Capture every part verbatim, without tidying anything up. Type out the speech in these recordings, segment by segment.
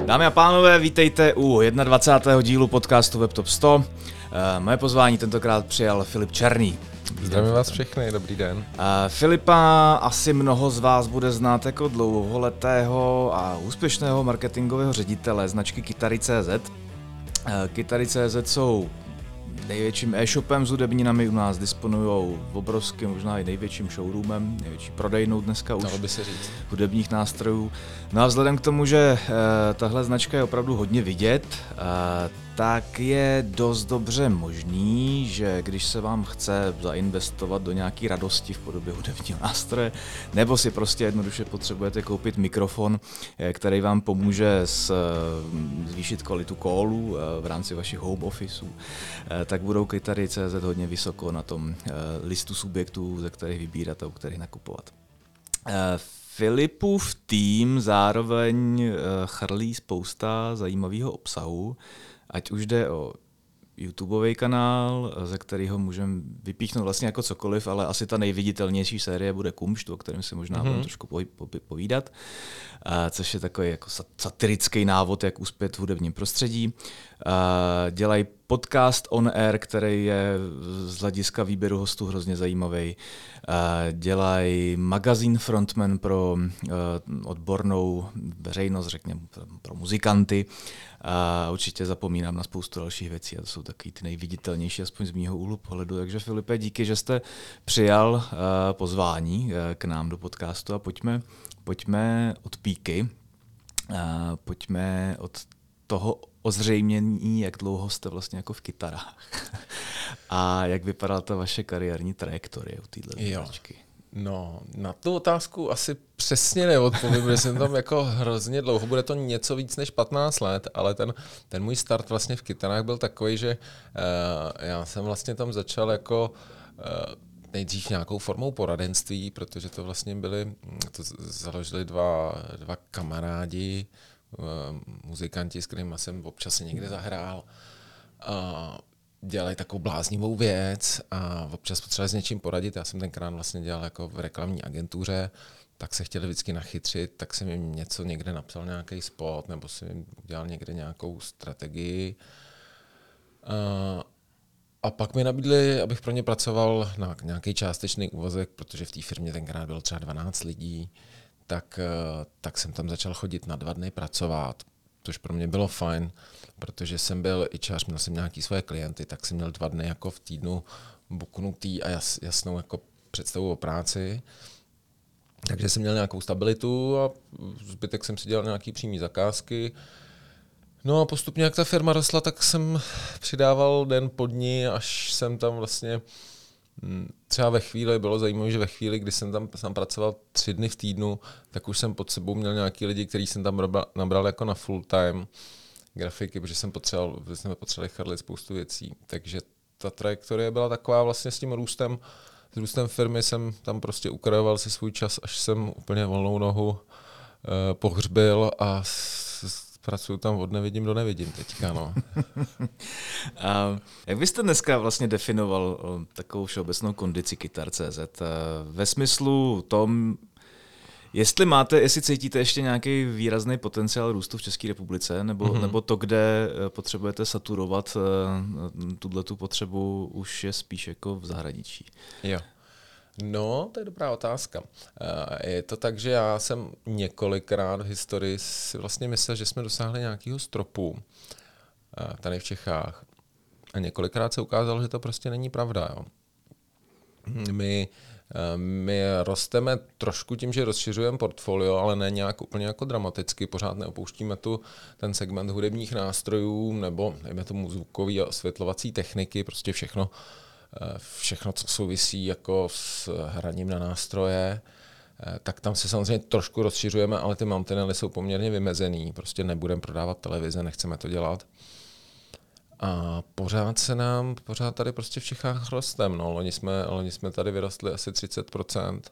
Dámy a pánové, vítejte u dvacátého prvního dílu podcastu WebTop sto. Moje pozvání tentokrát přijal Filip Černý. Zdravím vás všechny, dobrý den. Uh, Filipa asi mnoho z vás bude znát jako dlouholetého a úspěšného marketingového ředitele značky Kytary tečka cé zet. Uh, Kytary tečka cé zet jsou největším e-shopem s hudebninami, u nás disponují obrovským, možná i největším showroomem, největší prodejnou dneska už by se říct. hudebních nástrojů. No a vzhledem k tomu, že uh, tahle značka je opravdu hodně vidět, uh, tak je dost dobře možný, že když se vám chce zainvestovat do nějaký radosti v podobě hudebního nástroje, nebo si prostě jednoduše potřebujete koupit mikrofon, který vám pomůže s, zvýšit kvalitu callů v rámci vašich home officeů, tak budou Kytary tečka cé zet hodně vysoko na tom listu subjektů, ze kterých vybírat a u kterých nakupovat. Filipův tým zároveň chrlí spousta zajímavého obsahu, ať už jde o YouTubeový kanál, ze kterého můžeme vypíchnout vlastně jako cokoliv, ale asi ta nejviditelnější série bude Kumšt, o kterém si možná mm-hmm. budeme trošku povídat, což je takový jako satirický návod, jak uspět v hudebním prostředí. Dělají podcast On Air, který je z hlediska výběru hostů hrozně zajímavý. Dělají magazín Frontman pro odbornou veřejnost, řekněme pro muzikanty. A určitě zapomínám na spoustu dalších věcí a to jsou taky ty nejviditelnější, aspoň z mýho úhlu pohledu. Takže Filipe, díky, že jste přijal uh, pozvání uh, k nám do podcastu a pojďme, pojďme od píky, uh, pojďme od toho ozřejmění, jak dlouho jste vlastně jako v kytarách a jak vypadala ta vaše kariérní trajektorie u této značky. No, na tu otázku asi přesně neodpovím, protože jsem tam jako hrozně dlouho, bude to něco víc než patnáct let, ale ten, ten můj start vlastně v kytarách byl takový, že uh, já jsem vlastně tam začal jako uh, nejdřív nějakou formou poradenství, protože to vlastně byli, to založili dva, dva kamarádi, uh, muzikanti, s kterými jsem občas někde zahrál. Uh, dělali takovou bláznivou věc a občas potřebovali s něčím poradit. Já jsem tenkrát vlastně dělal jako v reklamní agentuře, tak se chtěli vždycky nachytřit, tak jsem jim něco někde napsal, nějaký spot, nebo jsem jim udělal někde nějakou strategii. A, a pak mi nabídli, abych pro ně pracoval na nějaký částečný úvazek, protože v té firmě tenkrát bylo třeba dvanáct lidí, tak, tak jsem tam začal chodit na dva dny pracovat, což pro mě bylo fajn, protože jsem byl i čas, měl jsem nějaký svoje klienty, tak jsem měl dva dny jako v týdnu buknutý a jas, jasnou jako představu o práci. Takže jsem měl nějakou stabilitu a zbytek jsem si dělal nějaký přímý zakázky. No a postupně, jak ta firma rostla, tak jsem přidával den po dní, až jsem tam vlastně třeba ve chvíli, bylo zajímavé, že ve chvíli, kdy jsem tam sám pracoval tři dny v týdnu, tak už jsem pod sebou měl nějaký lidi, který jsem tam nabral jako na full time grafiky, protože jsem potřeboval, protože jsme potřebovali chrlit spoustu věcí. Takže ta trajektorie byla taková vlastně s tím růstem, s růstem firmy jsem tam prostě ukrajoval si svůj čas, až jsem úplně volnou nohu eh, pohřbil a s, s, pracuju tam od nevidím do nevidím teďka, no. A jak byste dneska vlastně definoval takovou všeobecnou kondici Kytar tečka cé zet? Ve smyslu tom, jestli máte, jestli cítíte ještě nějaký výrazný potenciál růstu v České republice, nebo, mm-hmm. nebo to, kde potřebujete saturovat tuhletu potřebu, už je spíš jako v zahraničí? Jo. No, to je dobrá otázka. Je to tak, že já jsem několikrát v historii si vlastně myslel, že jsme dosáhli nějakého stropu tady v Čechách. A několikrát se ukázalo, že to prostě není pravda. Jo. My, my rosteme trošku tím, že rozšiřujeme portfolio, ale ne nějak úplně jako dramaticky. Pořád neopouštíme tu ten segment hudebních nástrojů nebo nejme tomu zvukový a osvětlovací techniky, prostě všechno, všechno, co souvisí jako s hraním na nástroje, tak tam se samozřejmě trošku rozšiřujeme, ale ty mantinely jsou poměrně vymezený. Prostě nebudeme prodávat televize, nechceme to dělat. A pořád se nám, pořád tady prostě v Čechách rostem. No, loni jsme, loni jsme tady vyrostli asi třicet procent.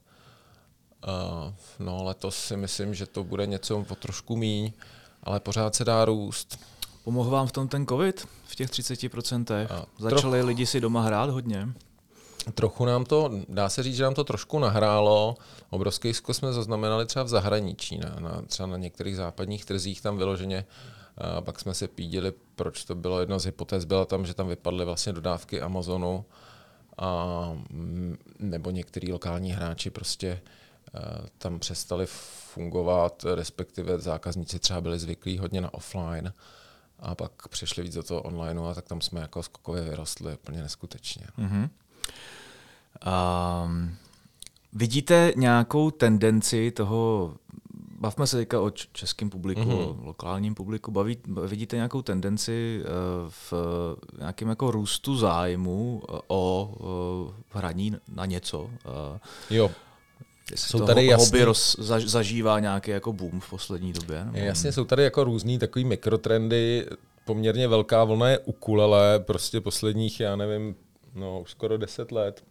Uh, no, letos si myslím, že to bude něco o trošku míň, ale pořád se dá růst. Pomohl vám v tom ten covid v těch třiceti procentech? Začali trochu lidi si doma hrát hodně? Trochu nám to, dá se říct, že nám to trošku nahrálo. Obrovský skok jsme zaznamenali třeba v zahraničí, na, na, třeba na některých západních trzích tam vyloženě. A pak jsme se pídili, proč to bylo. Jedna z hypotéz byla tam, že tam vypadly vlastně dodávky Amazonu a nebo některý lokální hráči prostě tam přestali fungovat, respektive zákazníci třeba byli zvyklí hodně na offline a pak přešli víc do toho online a tak tam jsme jako skokově vyrostli úplně neskutečně. Mm-hmm. Um, vidíte nějakou tendenci toho, bavme se teďka o českém publiku, mm-hmm. o lokálním publiku, baví, vidíte nějakou tendenci v nějakém jako růstu zájmu o, o hraní na něco? Jo. Jsou to tady jasný, hobby roz, zaž, zažívá nějaký jako boom v poslední době? Nebo? Jasně, jsou tady jako různý takový mikrotrendy, poměrně velká vlna je ukulele, prostě posledních, já nevím, no už skoro deset let.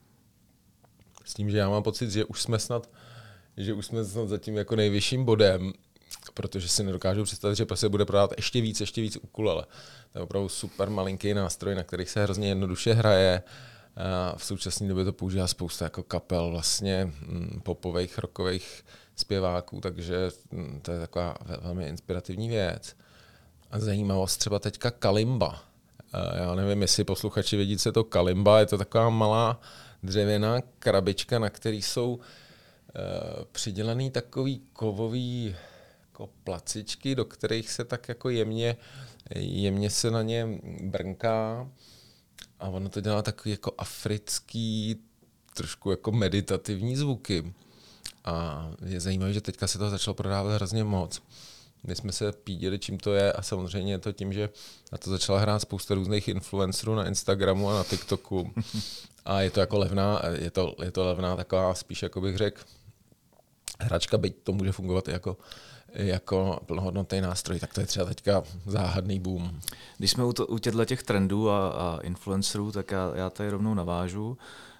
S tím, že já mám pocit, že už jsme snad, že už jsme snad za tím jako nejvyšším bodem, protože si nedokážu představit, že prostě bude prodávat ještě víc, ještě víc ukulele. To je opravdu super malinký nástroj, na kterých se hrozně jednoduše hraje. A v současné době to používá spousta jako kapel vlastně popových, rockových zpěváků, takže to je taková velmi inspirativní věc. A zajímavost třeba teďka kalimba. Já nevím, jestli posluchači vědí, co je to kalimba, je to taková malá dřevěná krabička, na který jsou uh, přidělaný takový kovový jako placičky, do kterých se tak jako jemně, jemně se na ně brnká. A ono to dělá takový jako africký, trošku jako meditativní zvuky. A je zajímavé, že teďka se to začalo prodávat hrozně moc. My jsme se pídili, čím to je a samozřejmě je to tím, že na to začala hrát spousta různých influencerů na Instagramu a na TikToku. A je to jako levná, je to, je to levná taková, spíš jako bych řekl, hračka, byť to může fungovat i jako, jako plnohodnotný nástroj, tak to je třeba teďka záhadný boom. Když jsme u, to, u těchto těch trendů a, a influencerů, tak já, já tady rovnou navážu.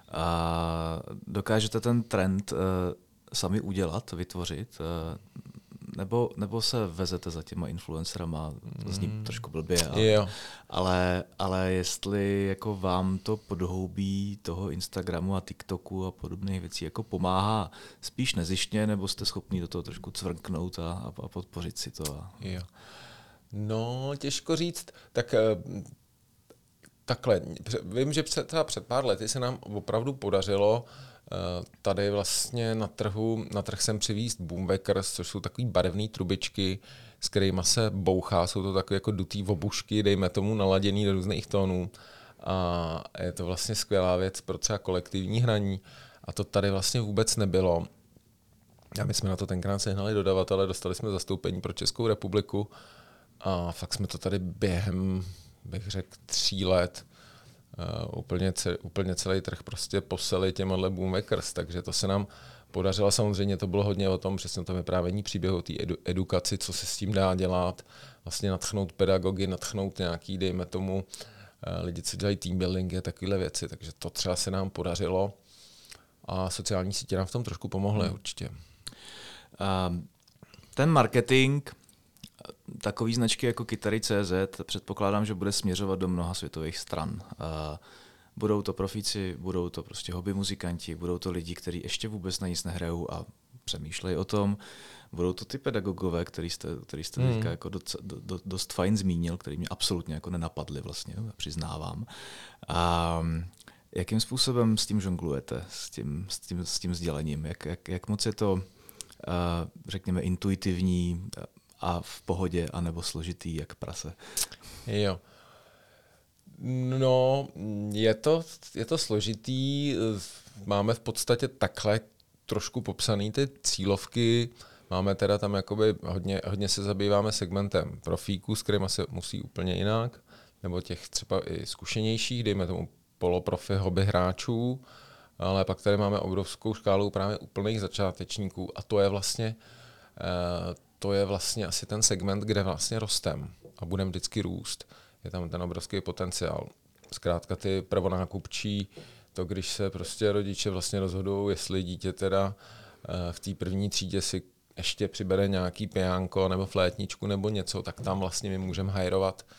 A dokážete ten trend uh, sami udělat, vytvořit? Uh, Nebo, nebo se vezete za těma influencerama, to zní mm. trošku blbě, ale, ale, ale jestli jako vám to podhoubí toho Instagramu a TikToku a podobných věcí jako pomáhá spíš nezištně, nebo jste schopni do toho trošku cvrknout a, a podpořit si to? A... Jo. No, těžko říct. Tak takhle, vím, že před, třeba před pár lety se nám opravdu podařilo tady vlastně na trhu, na trh sem přivízt boomwackers, což jsou takový barevné trubičky, s kterými se bouchá, jsou to takové jako dutý obušky, dejme tomu naladěný do různých tónů a je to vlastně skvělá věc pro třeba kolektivní hraní a to tady vlastně vůbec nebylo. A my jsme na to tenkrát sehnali dodavatele, dostali jsme zastoupení pro Českou republiku a fakt jsme to tady během, bych řekl, tří let Uh, úplně, ce, úplně celý trh prostě poseli těmhle boomwackers, takže to se nám podařilo. Samozřejmě to bylo hodně o tom, přesně to vyprávění příběhu, o té edu, edukaci, co se s tím dá dělat, vlastně nadchnout pedagogy, nadchnout nějaký, dejme tomu, uh, lidi, co dělají team building a takovéhle věci, takže to třeba se nám podařilo a sociální sítě nám v tom trošku pomohly hmm. určitě. Um, ten marketing takový značky jako Kytary tečka cé zet předpokládám, že bude směřovat do mnoha světových stran. Uh, budou to profíci, budou to prostě hobby muzikanti, budou to lidi, kteří ještě vůbec na nic nehrajou a přemýšlejí o tom. Budou to ty pedagogové, který jste, který jste hmm. teďka jako doc, do, dost fajn zmínil, který mě absolutně jako nenapadli vlastně, přiznávám. A jakým způsobem s tím žonglujete, s tím, s tím, s tím sdělením? Jak, jak, jak moc je to, uh, řekněme, intuitivní a v pohodě, anebo složitý jak prase? Jo. No, je to, je to složitý. Máme v podstatě takhle trošku popsaný ty cílovky. Máme teda tam jakoby hodně, hodně se zabýváme segmentem profíků, s kterýma se musí úplně jinak, nebo těch třeba i zkušenějších, dejme tomu poloprofi hobby hráčů, ale pak tady máme obrovskou škálu právě úplných začátečníků a to je vlastně uh, to je vlastně asi ten segment, kde vlastně rostem a budeme vždycky růst. Je tam ten obrovský potenciál. Zkrátka ty prvonákupčí, to když se prostě rodiče vlastně rozhodují, jestli dítě teda v té první třídě si ještě přibere nějaký pijánko nebo flétničku nebo něco, tak tam vlastně my můžeme hajrovat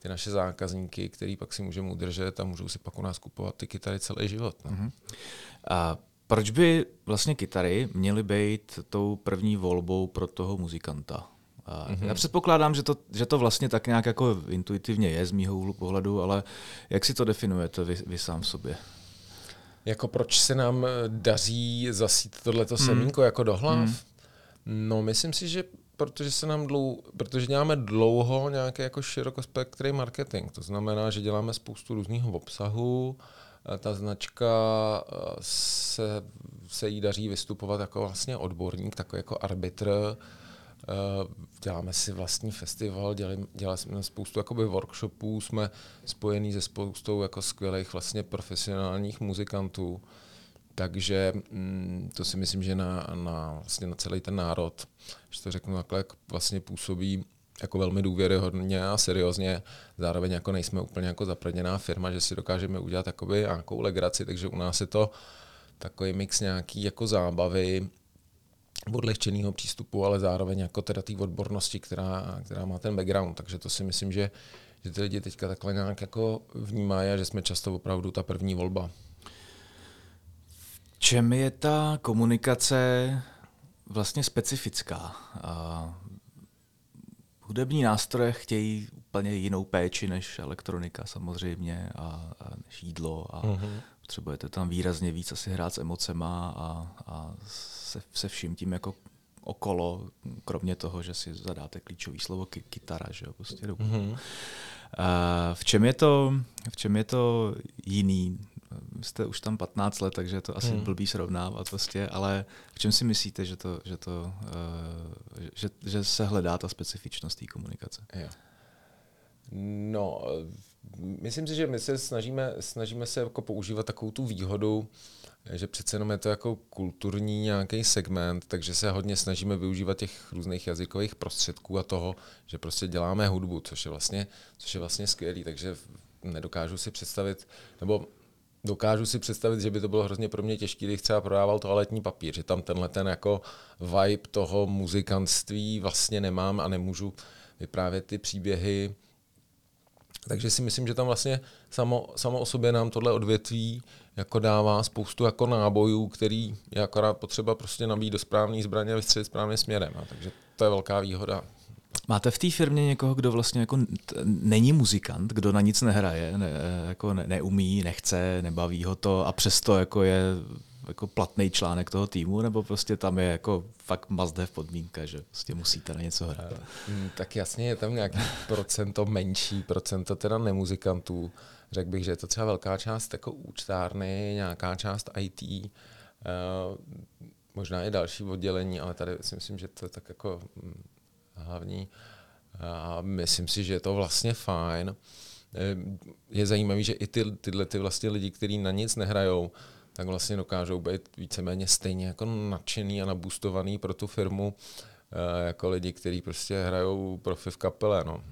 ty naše zákazníky, který pak si můžeme udržet a můžou si pak u nás kupovat ty kytary celý život. No. Mm-hmm. A proč by vlastně kytary měly být tou první volbou pro toho muzikanta? A mm-hmm. Já předpokládám, že to, že to vlastně tak nějak jako intuitivně je z mýho úhlu pohledu, ale jak si to definujete vy, vy sám v sobě? Jako proč se nám daří zasít tohleto hmm. semínko jako do hlav? Hmm. No, myslím si, že protože se nám dlou, protože děláme dlouho nějaký jako širokospektrý marketing. To znamená, že děláme spoustu různého obsahu. Ta značka se, se jí daří vystupovat jako vlastně odborník, takový jako arbitr. Děláme si vlastní festival, dělali, dělali jsme spoustu jakoby workshopů, jsme spojení se spoustou jako skvělých vlastně profesionálních muzikantů. Takže mm, to si myslím, že na, na, vlastně na celý ten národ, že to řeknu takhle, vlastně působí jako velmi důvěryhodně a seriózně. Zároveň jako nejsme úplně jako zaprděná firma, že si dokážeme udělat jakoby nějakou legraci, takže u nás je to takový mix nějaký jako zábavy, odlehčenýho přístupu, ale zároveň jako teda té odbornosti, která, která má ten background. Takže to si myslím, že, že ty lidi teďka takhle nějak jako vnímají a že jsme často opravdu ta první volba. V čem je ta komunikace vlastně specifická? A hudební nástroje chtějí úplně jinou péči než elektronika samozřejmě a, a než jídlo a mm-hmm. potřebujete tam výrazně víc asi hrát s emocema a, a se, se vším tím jako okolo, kromě toho, že si zadáte klíčový slovo ky, kytara, že jo, prostě mm-hmm. a v čem je to, v čem je to jiný? Jste už tam patnáct let, takže je to asi hmm. blbý srovnávat prostě, ale v čem si myslíte, že, to, že, to, uh, že, že se hledá ta specifičnost té komunikace? Jo. No, myslím si, že my se snažíme, snažíme se jako používat takovou tu výhodu, že přece jenom je to jako kulturní nějaký segment, takže se hodně snažíme využívat těch různých jazykových prostředků a toho, že prostě děláme hudbu, což je vlastně, což je vlastně skvělý, takže nedokážu si představit, nebo dokážu si představit, že by to bylo hrozně pro mě těžké, když třeba prodával toaletní papír, že tam tenhle ten jako vibe toho muzikantství vlastně nemám a nemůžu vyprávět ty příběhy. Takže si myslím, že tam vlastně samo, samo o sobě nám tohle odvětví jako dává spoustu jako nábojů, který je akorát potřeba prostě nabít do správné zbraně a vystřelit správným směrem. A takže to je velká výhoda. Máte v té firmě někoho, kdo vlastně jako není muzikant, kdo na nic nehraje, ne, jako ne, neumí, nechce, nebaví ho to a přesto jako je jako platný článek toho týmu, nebo prostě tam je jako fakt must have podmínka, že prostě musíte na něco hrát? Tak jasně, je tam nějaký procento menší, procento teda nemuzikantů. Řekl bych, že je to třeba velká část jako účtárny, nějaká část í té, možná i další oddělení, ale tady si myslím, že to je tak jako hlavní. A myslím si, že je to vlastně fajn. Je zajímavý, že i ty, tyhle ty vlastně lidi, kteří na nic nehrajou, tak vlastně dokážou být víceméně stejně jako nadšený a naboostovaný pro tu firmu, jako lidi, kteří prostě hrajou profi v kapele. No.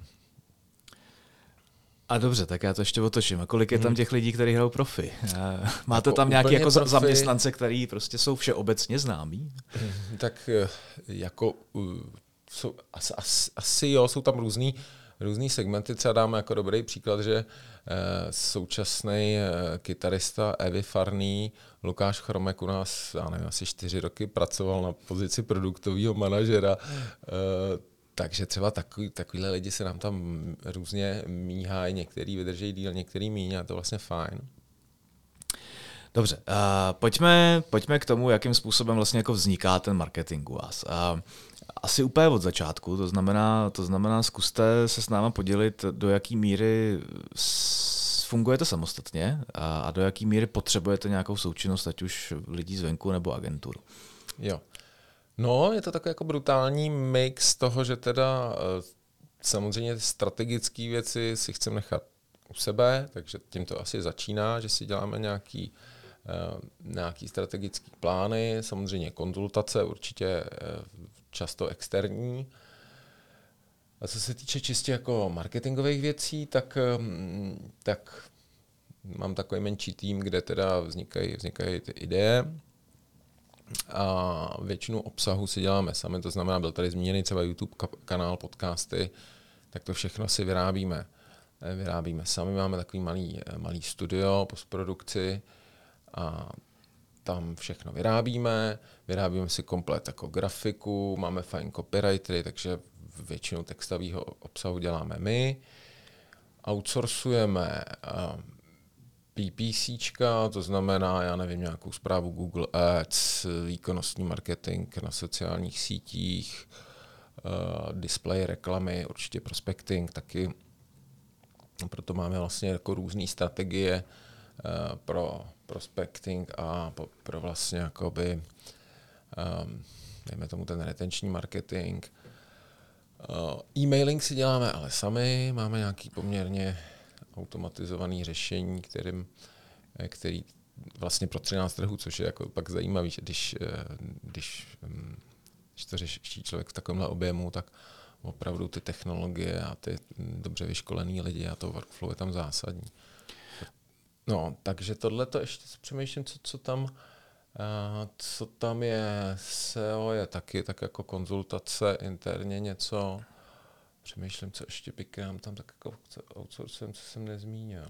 A dobře, tak já to ještě otočím. A kolik je tam těch lidí, kteří hrajou profi? Máte jako tam nějaké jako profi... zaměstnance, který prostě jsou všeobecně známí? Tak jako jsou, asi, asi, asi jo, jsou tam různý, různý segmenty. Třeba dáme jako dobrý příklad, že eh, současný eh, kytarista Evy Farný, Lukáš Chromek u nás, já nevím, asi čtyři roky pracoval na pozici produktového manažera. Eh, takže třeba takový, takovýhle lidi se nám tam různě míhají, některý vydrží díl, některý míň a to vlastně fajn. Dobře, uh, pojďme, pojďme k tomu, jakým způsobem vlastně jako vzniká ten marketing u vás. Uh, asi úplně od začátku, to znamená, to znamená, zkuste se s náma podělit, do jaký míry fungujete samostatně a, a do jaký míry potřebujete nějakou součinnost, ať už lidí zvenku nebo agenturu. Jo. No, je to takový jako brutální mix toho, že teda samozřejmě strategické věci si chceme nechat u sebe, takže tím to asi začíná, že si děláme nějaký, nějaký strategické plány, samozřejmě konzultace, určitě často externí. A co se týče čistě jako marketingových věcí, tak, tak mám takový menší tým, kde teda vznikají, vznikají ty ideje. A většinu obsahu si děláme sami, to znamená, byl tady zmíněný třeba YouTube kanál, podcasty, tak to všechno si vyrábíme vyrábíme sami, máme takový malý, malý studio postprodukci a tam všechno vyrábíme, vyrábíme si komplet jako grafiku, máme fajn copywritery, takže většinu textového obsahu děláme my. Outsourcujeme PPCčka, to znamená, já nevím, nějakou zprávu Google Ads, výkonnostní marketing na sociálních sítích, display reklamy, určitě prospecting taky. Proto máme vlastně jako různé strategie pro prospecting a pro vlastně jakoby, dejme tomu ten retenční marketing. E-mailing si děláme ale sami, máme nějaký poměrně automatizovaný řešení, kterým, který vlastně pro třináct trhů, což je jako pak zajímavý, že když, když, když to řeší člověk v takovémhle objemu, tak opravdu ty technologie a ty dobře vyškolený lidi a to workflow je tam zásadní. No, takže tohle to ještě přemýšlím, co, co tam uh, co tam je. S E O je taky tak jako konzultace interně něco. Přemýšlím, co ještě pikám tam tak jako outsourcem, co jsem nezmínil.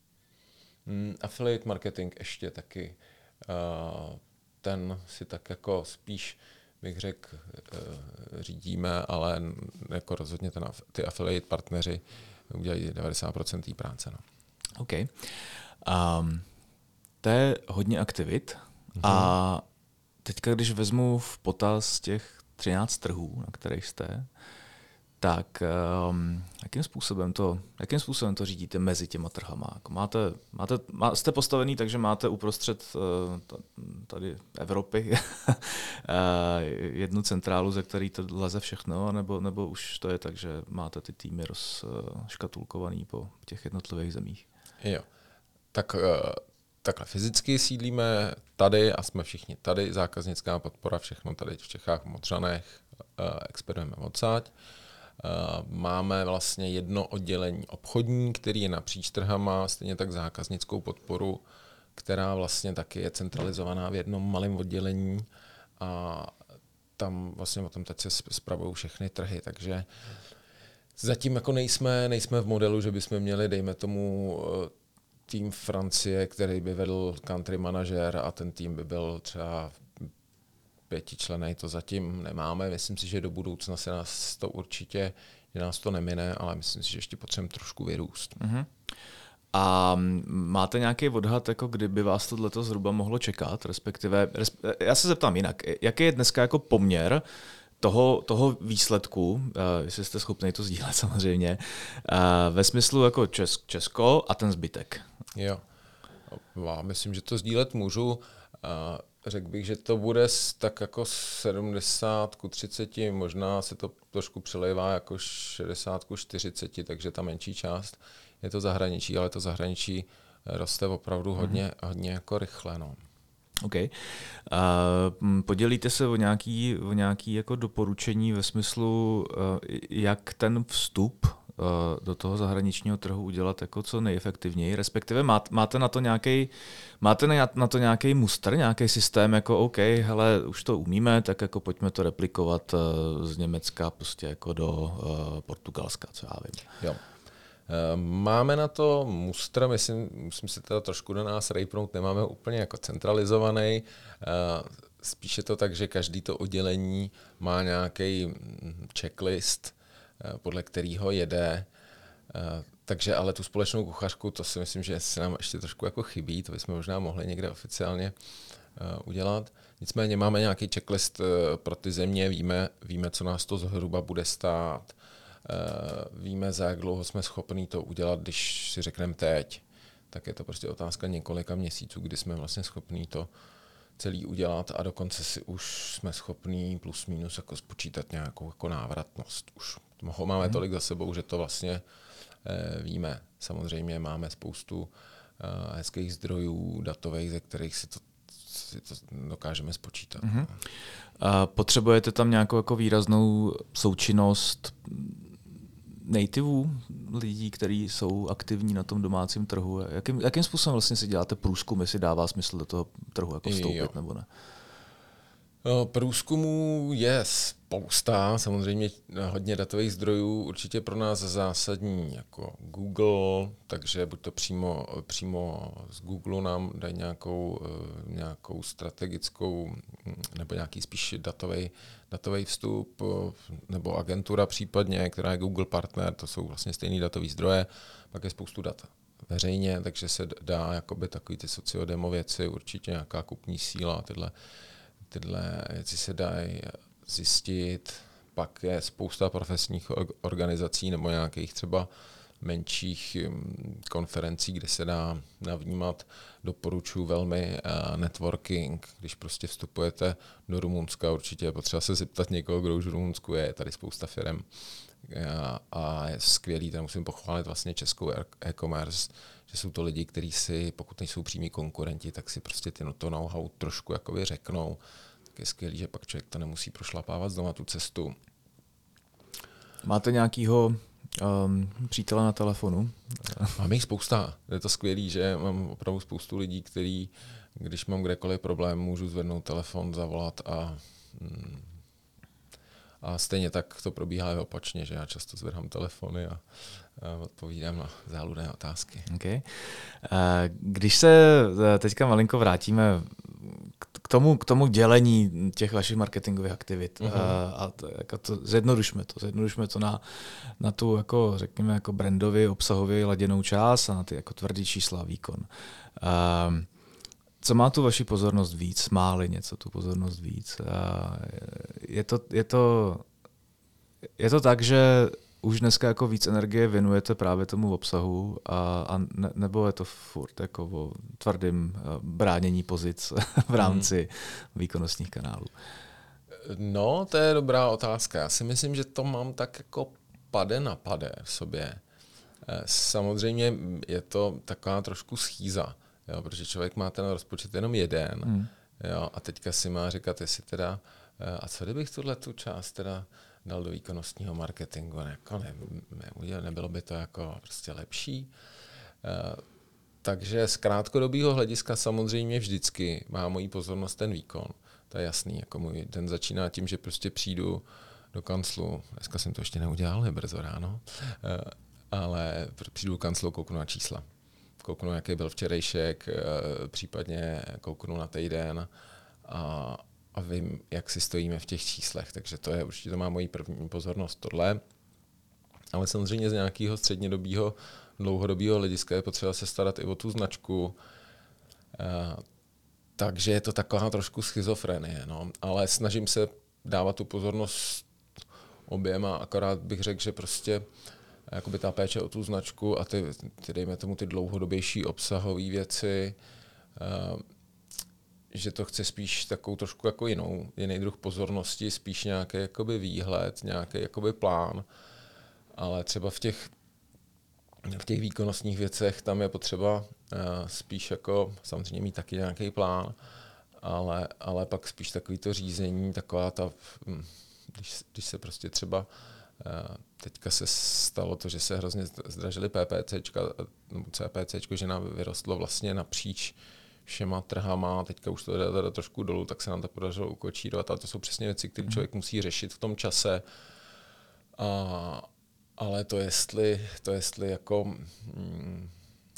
Mm, affiliate marketing ještě taky. Uh, ten si tak jako spíš bych řekl, uh, řídíme, ale jako rozhodně ten, ty affiliate partneři udělají devadesát procent té práce. No. OK. Um, to je hodně aktivit mm-hmm. a teďka, když vezmu v potaz těch třináct trhů, na kterých jste, tak um, jakým způsobem to, jakým způsobem to řídíte mezi těma trhama? Jako máte, máte, má, jste postavený tak, že máte uprostřed uh, tady Evropy jednu centrálu, ze který to leze všechno, nebo, nebo už to je tak, že máte ty týmy rozškatulkovaný po těch jednotlivých zemích? Jo. Tak takhle fyzicky sídlíme tady a jsme všichni tady, zákaznická podpora, všechno tady v Čechách, v Modřanech, expedujeme odsaď. Máme vlastně jedno oddělení obchodní, který je napříč trhama, stejně tak zákaznickou podporu, která vlastně taky je centralizovaná v jednom malém oddělení a tam vlastně o tom teď se spravují všechny trhy, takže zatím jako nejsme, nejsme v modelu, že bychom měli, dejme tomu, tým Francie, který by vedl country manažer a ten tým by byl třeba pětičlenný, to zatím nemáme. Myslím si, že do budoucna se nás to určitě, že nás to nemine, ale myslím si, že ještě potřebujeme trošku vyrůst. Uh-huh. A máte nějaký odhad, jako kdyby vás tohleto zhruba mohlo čekat, respektive, resp- já se zeptám jinak, jaký je dneska jako poměr toho, toho výsledku, uh, jestli jste schopni to sdílet samozřejmě, uh, ve smyslu jako Česk- Česko a ten zbytek? Jo, já myslím, že to sdílet můžu. Uh, Řekl bych, že to bude tak jako sedmdesát ku třiceti, možná se to trošku přelejvá jako šedesát ku čtyřiceti, takže ta menší část je to zahraničí, ale to zahraničí roste opravdu hodně, mm-hmm. hodně jako rychle. No. OK. Uh, podělíte se o nějaký, o nějaký jako doporučení ve smyslu, uh, jak ten vstup do toho zahraničního trhu udělat jako co nejefektivněji, respektive máte na to nějaký, máte na to nějaký muster, nějaký systém, jako OK, hele, už to umíme, tak jako pojďme to replikovat z Německa prostě jako do uh, Portugalska, co já vím. Jo. Máme na to mustr, myslím, musím si teda trošku do nás rejpnout, nemáme úplně jako centralizovaný, spíše to tak, že každý to oddělení má nějaký checklist, podle kterého jede. Takže ale tu společnou kuchařku, to si myslím, že se nám ještě trošku jako chybí, to bychom možná mohli někde oficiálně udělat. Nicméně máme nějaký checklist pro ty země, víme, víme, co nás to zhruba bude stát, víme, za jak dlouho jsme schopni to udělat, když si řekneme teď. Tak je to prostě otázka několika měsíců, kdy jsme vlastně schopni to celý udělat a dokonce si už jsme schopní plus minus jako spočítat nějakou jako návratnost. Už toho máme tolik za sebou, že to vlastně eh, víme. Samozřejmě máme spoustu eh, hezkých zdrojů datových, ze kterých si to, si to dokážeme spočítat. Mm-hmm. A potřebujete tam nějakou jako výraznou součinnost nativů, lidí, kteří jsou aktivní na tom domácím trhu? Jakým, jakým způsobem vlastně si děláte průzkum, jestli dává smysl do toho trhu jako vstoupit, jo. nebo ne? Průzkumů je spousta, samozřejmě hodně datových zdrojů, určitě pro nás zásadní jako Google, takže buď to přímo, přímo z Google nám dají nějakou, nějakou strategickou nebo nějaký spíš datový, datový vstup, nebo agentura případně, která je Google partner, to jsou vlastně stejný datový zdroje, pak je spoustu dat veřejně, takže se dá jakoby takový ty sociodemo věci, určitě nějaká kupní síla, tyhle Tyhle věci se dají zjistit, pak je spousta profesních organizací nebo nějakých třeba menších konferencí, kde se dá navnímat. Doporučuji velmi networking, když prostě vstupujete do Rumunska, určitě je potřeba se zeptat někoho, kdo už v Rumunsku je, je tady spousta firem a je skvělý, tady musím pochválit vlastně českou e-commerce, že jsou to lidi, kteří si, pokud nejsou přímí konkurenti, tak si prostě ty to know-how trošku jakoby řeknou. Tak je skvělý, že pak člověk to nemusí prošlapávat z doma tu cestu. Máte nějakýho um, přítele na telefonu? Mám jich spousta. Je to skvělý, že mám opravdu spoustu lidí, který, když mám kdekoliv problém, můžu zvednout telefon, zavolat a... Hmm, A stejně tak to probíhá i opačně, že já často zvedám telefony a, a odpovídám na záludné otázky. Okay. Když se teďka malinko vrátíme k tomu, k tomu dělení těch vašich marketingových aktivit uh-huh. a to, jako to, zjednodušme to, zjednodušme to na, na tu, jako, řekněme, jako brandově, obsahově laděnou část a na ty jako tvrdý čísla a výkon. Co má tu vaši pozornost víc? Má-li něco tu pozornost víc? Je to, je to, je to tak, že už dneska jako víc energie věnujete právě tomu obsahu a, a ne, nebo je to furt jako o tvrdým bránění pozic v rámci hmm. výkonnostních kanálů? No, to je dobrá otázka. Já si myslím, že to mám tak jako pade na pade v sobě. Samozřejmě je to taková trošku schýza. Jo, protože člověk má ten rozpočet jenom jeden hmm. jo, a teďka si má říkat, jestli teda, a co kdybych tuhle tu část teda dal do výkonnostního marketingu, ne, jako ne, ne, nebylo by to jako prostě lepší. Uh, takže z krátkodobého hlediska samozřejmě vždycky má moji pozornost ten výkon. To je jasný, jako můj den začíná tím, že prostě přijdu do kanclu, dneska jsem to ještě neudělal, je brzo ráno, uh, ale přijdu do kanclu, kouknu na čísla. Kouknu, jaký byl včerejšek, případně kouknu na týden a, a vím, jak si stojíme v těch číslech. Takže to je určitě to má moji první pozornost tohle. Ale samozřejmě z nějakého střednědobého, dlouhodobého hlediska je potřeba se starat i o tu značku. Takže je to taková trošku schizofrenie. No. Ale snažím se dávat tu pozornost oběma, akorát bych řekl, že prostě jakoby ta péče o tu značku a ty, ty dejme tomu ty dlouhodobější obsahové věci, uh, že to chce spíš takovou trošku jako jinou, jiný druh pozornosti, spíš nějaký jakoby výhled, nějaký jakoby plán, ale třeba v těch, v těch výkonnostních věcech tam je potřeba uh, spíš jako samozřejmě mít taky nějaký plán, ale, ale pak spíš takový to řízení, taková ta, když, když se prostě třeba teďka se stalo to, že se hrozně zdražily PPCčka, nebo CPCčko, že nám vyrostlo vlastně napříč všema trhama, teďka už to jde teda trošku dolů, tak se nám to podařilo ukočírovat, ale to jsou přesně věci, které člověk musí řešit v tom čase. A, ale to jestli, to jestli jako hm,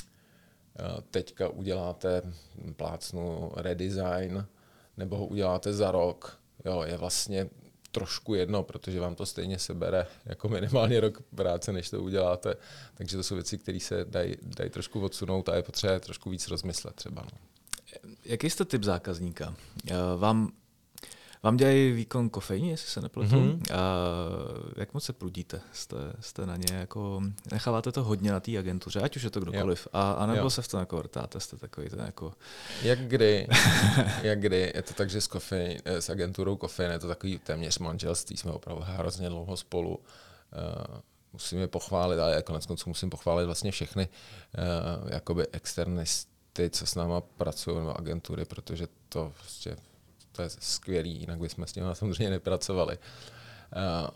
teďka uděláte plácnu redesign, nebo ho uděláte za rok, jo, je vlastně trošku jedno, protože vám to stejně sebere jako minimálně rok práce, než to uděláte. Takže to jsou věci, které se dají, dají trošku odsunout a je potřeba trošku víc rozmyslet třeba. No. Jaký jste typ zákazníka? Vám, vám dělají výkon kofeini, jestli se nepletu? Mm-hmm. A jak moc se prudíte? Jste, jste na ně jako, necháváte to hodně na té agentuře, ať už je to kdokoliv, a, a nebo jo. se v tom jako vrtáte, jste takový ten jako... Jak kdy, jak kdy, je to tak, že s, kofein, s agenturou Kofein je to takový téměř manželství, jsme opravdu hrozně dlouho spolu, uh, musím je pochválit, ale konec konců musím pochválit vlastně všechny uh, jakoby externisty, co s náma pracují, nebo agentury, protože to prostě to je skvělý, jinak bychom s nimi samozřejmě nepracovali. Uh,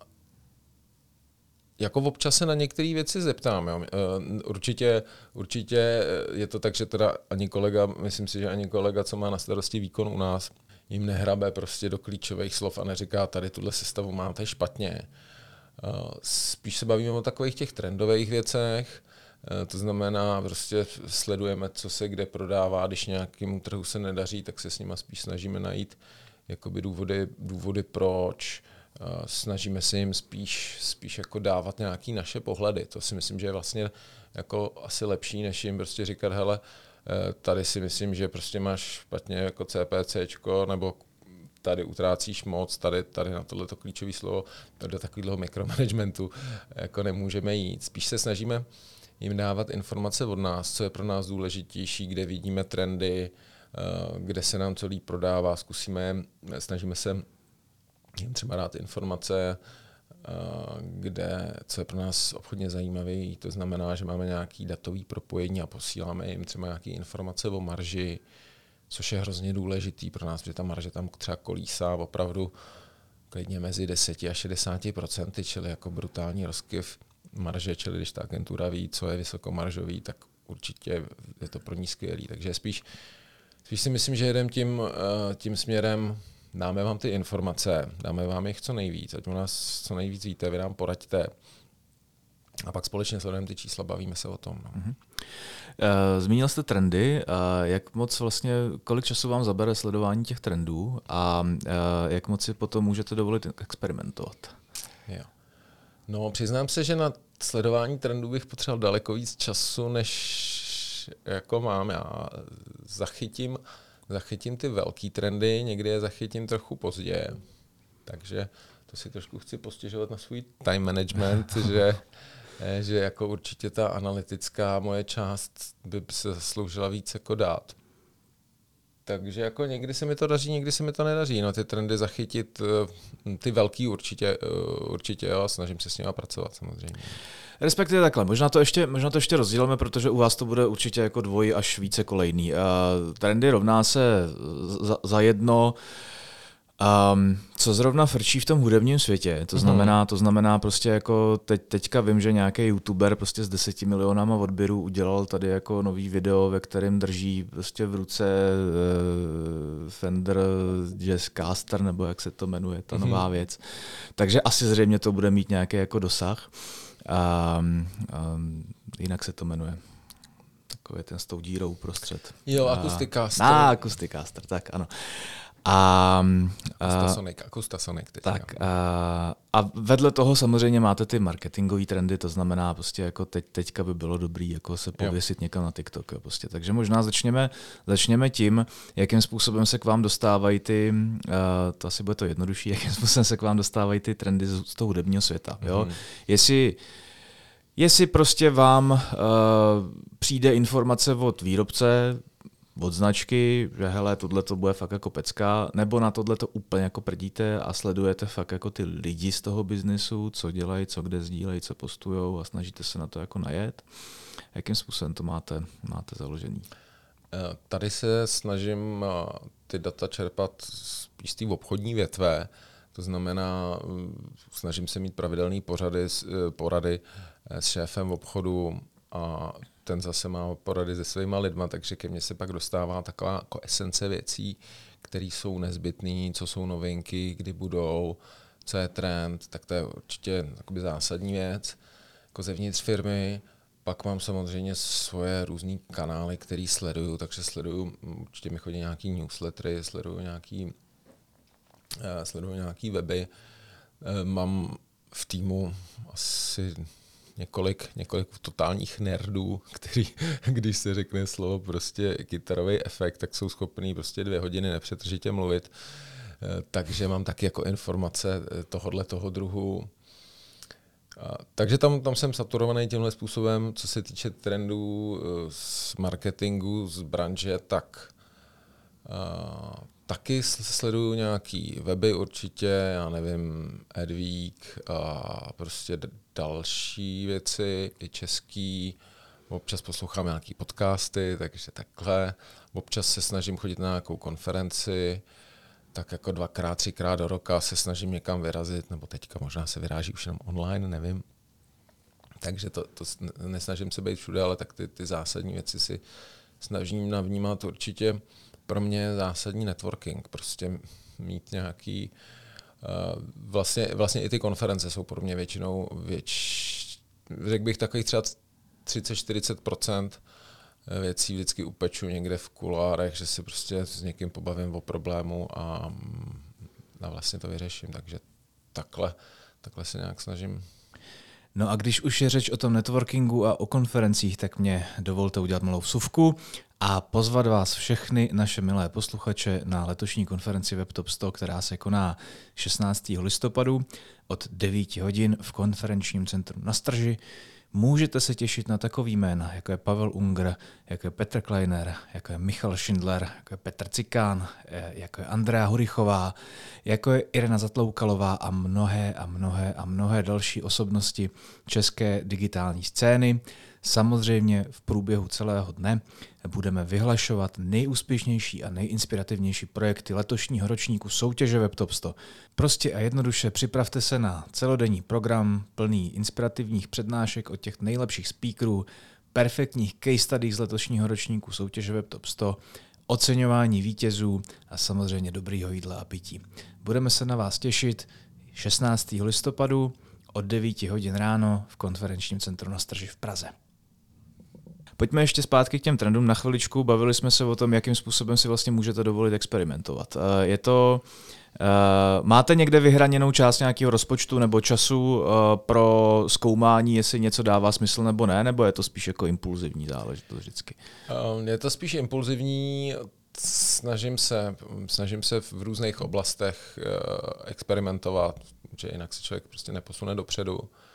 jako občas se na některé věci zeptám. Jo. Uh, určitě, určitě je to tak, že teda ani kolega, myslím si, že ani kolega, co má na starosti výkon u nás, jim nehrabe prostě do klíčových slov a neříká, tady tuhle sestavu máte špatně. Spíš se bavíme o takových těch trendových věcech, to znamená, prostě sledujeme, co se kde prodává, když nějakému trhu se nedaří, tak se s nima spíš snažíme najít jakoby důvody, důvody proč. Snažíme se jim spíš, spíš jako dávat nějaké naše pohledy. To si myslím, že je vlastně jako asi lepší, než jim prostě říkat, hele, tady si myslím, že prostě máš špatně jako CPCčko, nebo tady utrácíš moc, tady, tady na tohleto klíčové slovo, do takového mikromanagementu jako nemůžeme jít. Spíš se snažíme jim dávat informace od nás, co je pro nás důležitější, kde vidíme trendy, kde se nám co líp prodává, zkusíme, snažíme se jim třeba dát informace, kde, co je pro nás obchodně zajímavé, to znamená, že máme nějaký datový propojení a posíláme jim třeba nějaké informace o marži, což je hrozně důležitý pro nás, protože ta marže tam třeba kolísá opravdu klidně mezi deset až šedesát procent, čili jako brutální rozkyv marže, čili když ta agentura ví, co je vysokomaržový, tak určitě je to pro ní skvělý. Takže spíš, spíš si myslím, že jedem tím, tím směrem, dáme vám ty informace, dáme vám jich co nejvíc, ať u nás co nejvíc víte, vy nám poraďte a pak společně sledujeme ty čísla, bavíme se o tom. No. Mm-hmm. Zmínil jste trendy, jak moc vlastně, kolik času vám zabere sledování těch trendů a jak moc si potom můžete dovolit experimentovat? Jo. No, přiznám se, že na sledování trendů bych potřeboval daleko víc času, než jako mám. Já zachytím, zachytím ty velký trendy, někdy je zachytím trochu pozdě, takže to si trošku chci postěžovat na svůj time management, že že jako určitě ta analytická moje část by se zasloužila víc jako dát. Takže jako někdy se mi to daří, někdy se mi to nedaří. No, ty trendy zachytit, ty velký určitě, určitě jo, snažím se s nimi pracovat samozřejmě. Respektive takhle, možná to ještě, možná to ještě rozdělíme, protože u vás to bude určitě jako dvoj až více kolejný. Uh, trendy rovná se za, za jedno, Um, co zrovna frčí v tom hudebním světě, to znamená, to znamená prostě jako teď, teďka vím, že nějaký youtuber prostě s deseti milionama odběrů udělal tady jako nový video, ve kterém drží prostě v ruce uh, Fender Jazzcaster, nebo jak se to jmenuje, ta nová mm-hmm. věc. Takže asi zřejmě to bude mít nějaký jako dosah. Um, um, jinak se to jmenuje. Takový ten s tou dírou prostřed. Jo, Akusticaster. A Akusticaster, tak ano. A, Akustasonic, Akustasonic. Tak a, a vedle toho samozřejmě máte ty marketingové trendy, to znamená prostě jako teď, teďka by bylo dobrý jako se pověsit jo. někam na TikTok. Jo, prostě. Takže možná začněme, začněme tím, jakým způsobem se k vám dostávají ty, uh, to asi bude to jednodušší, jakým způsobem se k vám dostávají ty trendy z, z toho hudebního světa. Jo? Mm. Jestli Jestli prostě vám uh, přijde informace od výrobce, od značky, že hele, tohle to bude fakt jako pecka, nebo na tohle to úplně jako prdíte a sledujete fakt jako ty lidi z toho biznisu, co dělají, co kde sdílejí, co postujou a snažíte se na to jako najet. Jakým způsobem to máte, máte založený? Tady se snažím ty data čerpat spíš z té obchodní větve, to znamená, snažím se mít pravidelné pořady, porady s šéfem obchodu a ten zase má porady se svýma lidma, takže ke mně se pak dostává taková jako esence věcí, které jsou nezbytné, co jsou novinky, kdy budou, co je trend, tak to je určitě zásadní věc. Jako zevnitř firmy, pak mám samozřejmě svoje různý kanály, které sleduju, takže sleduju, určitě mi chodí nějaký newslettery, sleduju nějaký, sleduju nějaký weby. Mám v týmu asi Několik, několik totálních nerdů, který, když se řekne slovo prostě kytarový efekt, tak jsou schopní prostě dvě hodiny nepřetržitě mluvit. Takže mám taky jako informace tohohle toho druhu. Takže tam, tam jsem saturovaný tímhle způsobem, co se týče trendů z marketingu, z branže, tak taky sleduju nějaký weby určitě, já nevím, Adweek a prostě další věci, i český. Občas poslouchám nějaký podcasty, takže takhle. Občas se snažím chodit na nějakou konferenci, tak jako dvakrát, třikrát do roka se snažím někam vyrazit, nebo teďka možná se vyráží už jenom online, nevím. Takže to, to nesnažím se být všude, ale tak ty, ty zásadní věci si snažím navnímat určitě pro mě je zásadní networking, prostě mít nějaký, vlastně, vlastně i ty konference jsou pro mě většinou, věč, řekl bych takových třeba třicet až čtyřicet procent věcí vždycky upeču někde v kulárech, že si prostě s někým pobavím o problému a, a vlastně to vyřeším, takže takhle, takhle se nějak snažím. No a když už je řeč o tom networkingu a o konferencích, tak mě dovolte udělat malou vsuvku a pozvat vás všechny naše milé posluchače na letošní konferenci WebTop sto, která se koná šestnáctého listopadu od devět hodin v konferenčním centru na Strži. Můžete se těšit na takový jména, jako je Pavel Unger, jako je Petr Kleiner, jako je Michal Schindler, jako je Petr Cikán, jako je Andrea Hurichová, jako je Irena Zatloukalová a mnohé a mnohé a mnohé další osobnosti české digitální scény. Samozřejmě v průběhu celého dne budeme vyhlašovat nejúspěšnější a nejinspirativnější projekty letošního ročníku soutěže WebTop sto. Prostě a jednoduše připravte se na celodenní program plný inspirativních přednášek od těch nejlepších speakerů, perfektních case studies z letošního ročníku soutěže WebTop sto, oceňování vítězů a samozřejmě dobrýho jídla a pití. Budeme se na vás těšit šestnáctého listopadu od devět hodin ráno v konferenčním centru na Strži v Praze. Pojďme ještě zpátky k těm trendům na chviličku. Bavili jsme se o tom, jakým způsobem si vlastně můžete dovolit experimentovat. Je to, máte někde vyhraněnou část nějakého rozpočtu nebo času pro zkoumání, jestli něco dává smysl nebo ne, nebo je to spíš jako impulzivní záležitost vždycky? Je to spíš impulzivní. Snažím se, snažím se v různých oblastech experimentovat, že jinak se člověk prostě neposune dopředu.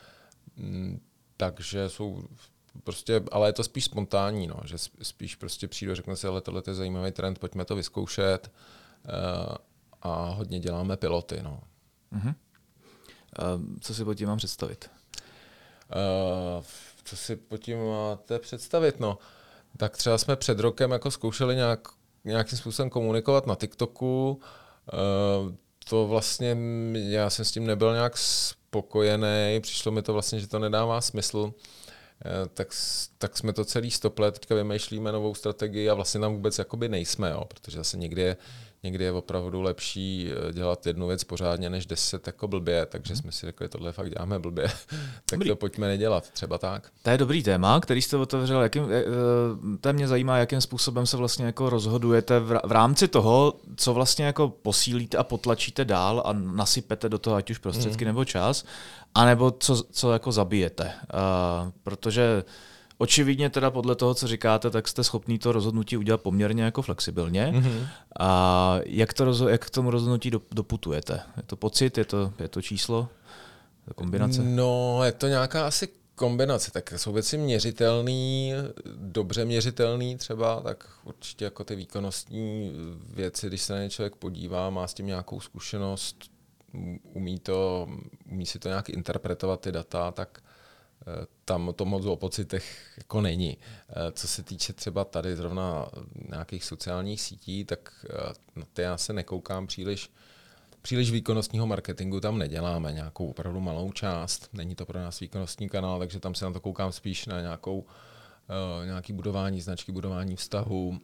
Takže jsou prostě, ale je to spíš spontánní, no, že spíš prostě přijdu a řeknu si, ale tohle je zajímavý trend, pojďme to vyzkoušet a hodně děláme piloty. No. Uh-huh. Co si pod tím mám představit? Uh, co si pod tím máte představit? No, tak třeba jsme před rokem jako zkoušeli nějak, nějakým způsobem komunikovat na TikToku. Uh, to vlastně, já jsem s tím nebyl nějak spokojený, přišlo mi to vlastně, že to nedává smysl. Tak, tak jsme to celý stopli, teďka vymýšlíme novou strategii a vlastně tam vůbec jakoby nejsme, jo, protože zase někdy je, někdy je opravdu lepší dělat jednu věc pořádně, než deset jako blbě, takže hmm. jsme si řekli, tohle fakt děláme blbě, tak dobrý. To pojďme nedělat, třeba tak. To je dobrý téma, který jste otevřel, jakým, to mě zajímá, jakým způsobem se vlastně jako rozhodujete v rámci toho, co vlastně jako posílíte a potlačíte dál a nasypete do toho ať už prostředky hmm. nebo čas, anebo co, co jako zabijete. Uh, protože očividně teda podle toho, co říkáte, tak jste schopný to rozhodnutí udělat poměrně jako flexibilně. Mm-hmm. A jak, to rozho- jak k tomu rozhodnutí doputujete? Je to pocit, je to, je to číslo, je to kombinace? No, je to nějaká asi kombinace. Tak jsou věci měřitelný, dobře měřitelný třeba, tak určitě jako ty výkonnostní věci, když se na ně člověk podívá, má s tím nějakou zkušenost, umí, to, umí si to nějak interpretovat ty data, tak tam to moc o pocitech jako není. Co se týče třeba tady zrovna nějakých sociálních sítí, tak na ty já se nekoukám příliš, příliš výkonnostního marketingu tam neděláme, nějakou opravdu malou část. Není to pro nás výkonnostní kanál, takže tam se na to koukám spíš na nějakou, nějaký budování značky, budování vztahu.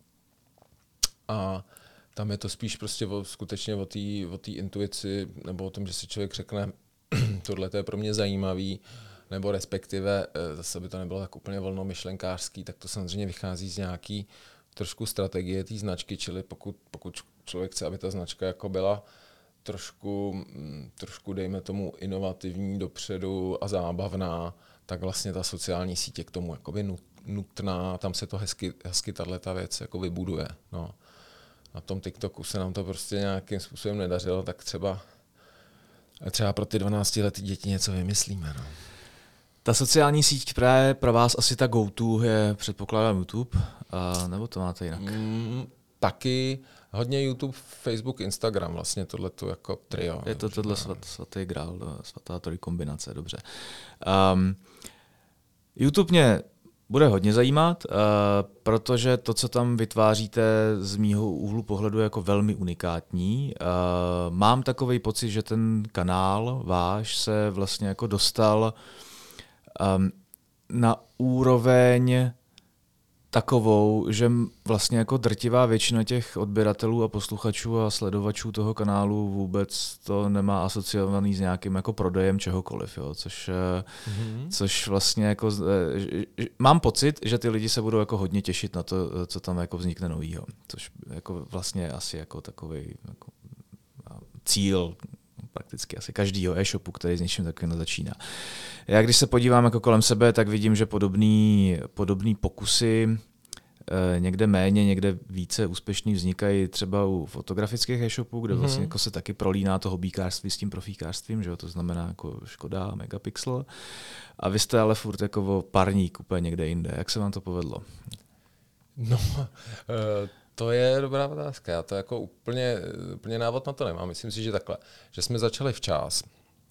A tam je to spíš prostě o, skutečně o té o té intuici, nebo o tom, že si člověk řekne, tohle je pro mě zajímavý, nebo respektive, zase by to nebylo tak úplně volnomyšlenkářský, tak to samozřejmě vychází z nějaký trošku strategie té značky, čili pokud, pokud člověk chce, aby ta značka jako byla trošku, trošku, dejme tomu, inovativní dopředu a zábavná, tak vlastně ta sociální sítě k tomu jakoby nutná, tam se to hezky, hezky tato věc jako vybuduje. No. Na tom TikToku se nám to prostě nějakým způsobem nedařilo, tak třeba, třeba pro ty dvanáctiletý děti něco vymyslíme. No. Ta sociální síť právě pro vás asi ta go-to je, předpokládám, YouTube, a, nebo to máte jinak? Mm, taky hodně YouTube, Facebook, Instagram, vlastně tohleto jako trio. Je to tohle svat, svatý grál, svatá trojkombinace, dobře. Um, YouTube mě bude hodně zajímat, uh, protože to, co tam vytváříte, z mýho úhlu pohledu je jako velmi unikátní. Uh, mám takový pocit, že ten kanál váš se vlastně jako dostal um, na úroveň takovou, že vlastně jako drtivá většina těch odběratelů a posluchačů a sledovačů toho kanálu vůbec to nemá asociovaný s nějakým jako prodejem čehokoliv, jo, což, mm-hmm. což vlastně jako mám pocit, že ty lidi se budou jako hodně těšit na to, co tam jako vznikne novýho, což jako vlastně asi jako takový jako cíl prakticky asi každýho e-shopu, který s něčím takovým začíná. Já když se podívám jako kolem sebe, tak vidím, že podobný, podobný pokusy eh, někde méně, někde více úspěšný vznikají třeba u fotografických e-shopů, kde vlastně mm-hmm. jako se taky prolíná to hobíkářství s tím profíkářstvím, že jo? To znamená jako Škoda, Megapixel. A vy jste ale furt jako parník úplně někde jinde. Jak se vám to povedlo? No, uh... To je dobrá otázka. Já to jako úplně, úplně návod na to nemám. Myslím si, že takhle, že jsme začali včas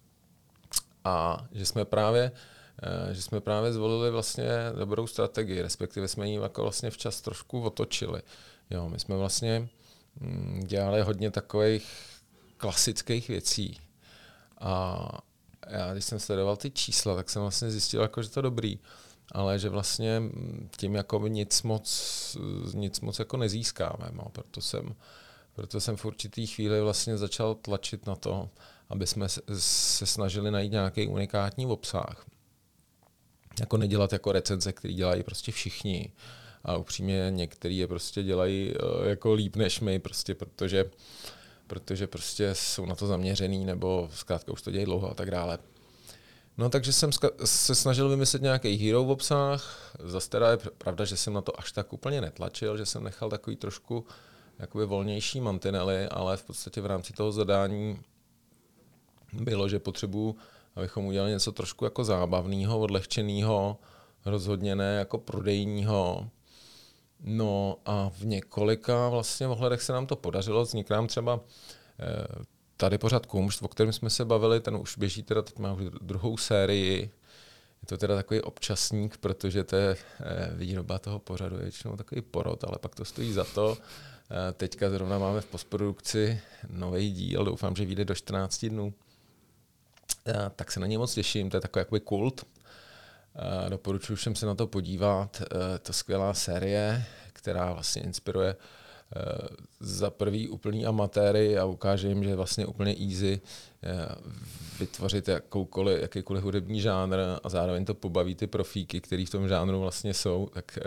a že jsme právě, že jsme právě zvolili vlastně dobrou strategii, respektive jsme ji jako vlastně včas trošku otočili. Jo, my jsme vlastně dělali hodně takových klasických věcí. A já, když jsem sledoval ty čísla, tak jsem vlastně zjistil, jako, že to je dobrý. Ale že vlastně tím jako nic moc, nic moc jako nezískáme. No. Proto, jsem, proto jsem v určitý chvíli vlastně začal tlačit na to, aby jsme se, se snažili najít nějaký unikátní obsah. Jako nedělat jako recenze, které dělají prostě všichni. A upřímně některý je prostě dělají jako líp než my, prostě protože, protože prostě jsou na to zaměřený nebo zkrátka už to dělají dlouho a tak dále. No takže jsem se snažil vymyslet nějaký hero obsah. Zase teda je pravda, že jsem na to až tak úplně netlačil, že jsem nechal takový trošku jakoby volnější mantinely, ale v podstatě v rámci toho zadání bylo, že potřebuji, abychom udělali něco trošku jako zábavného, odlehčeného, rozhodně ne jako prodejního. No a v několika vlastně ohledech se nám to podařilo. Vznikl nám třeba eh, tady pořád Kumšt, o kterém jsme se bavili, ten už běží teda, teď má už druhou sérii. Je to teda takový občasník, protože to je eh, výroba toho pořadu, je většinou takový porod, ale pak to stojí za to. Eh, teďka zrovna máme v postprodukci nový díl, doufám, že vyjde do čtrnácti dnů. Eh, tak se na něj moc těším, to je takový jakoby kult. Eh, doporučuji všem se na to podívat. Eh, to je skvělá série, která vlastně inspiruje za prvý úplný amatéry a ukáže jim, že je vlastně úplně easy vytvořit jakoukoliv, jakýkoliv hudební žánr a zároveň to pobaví ty profíky, který v tom žánru vlastně jsou, tak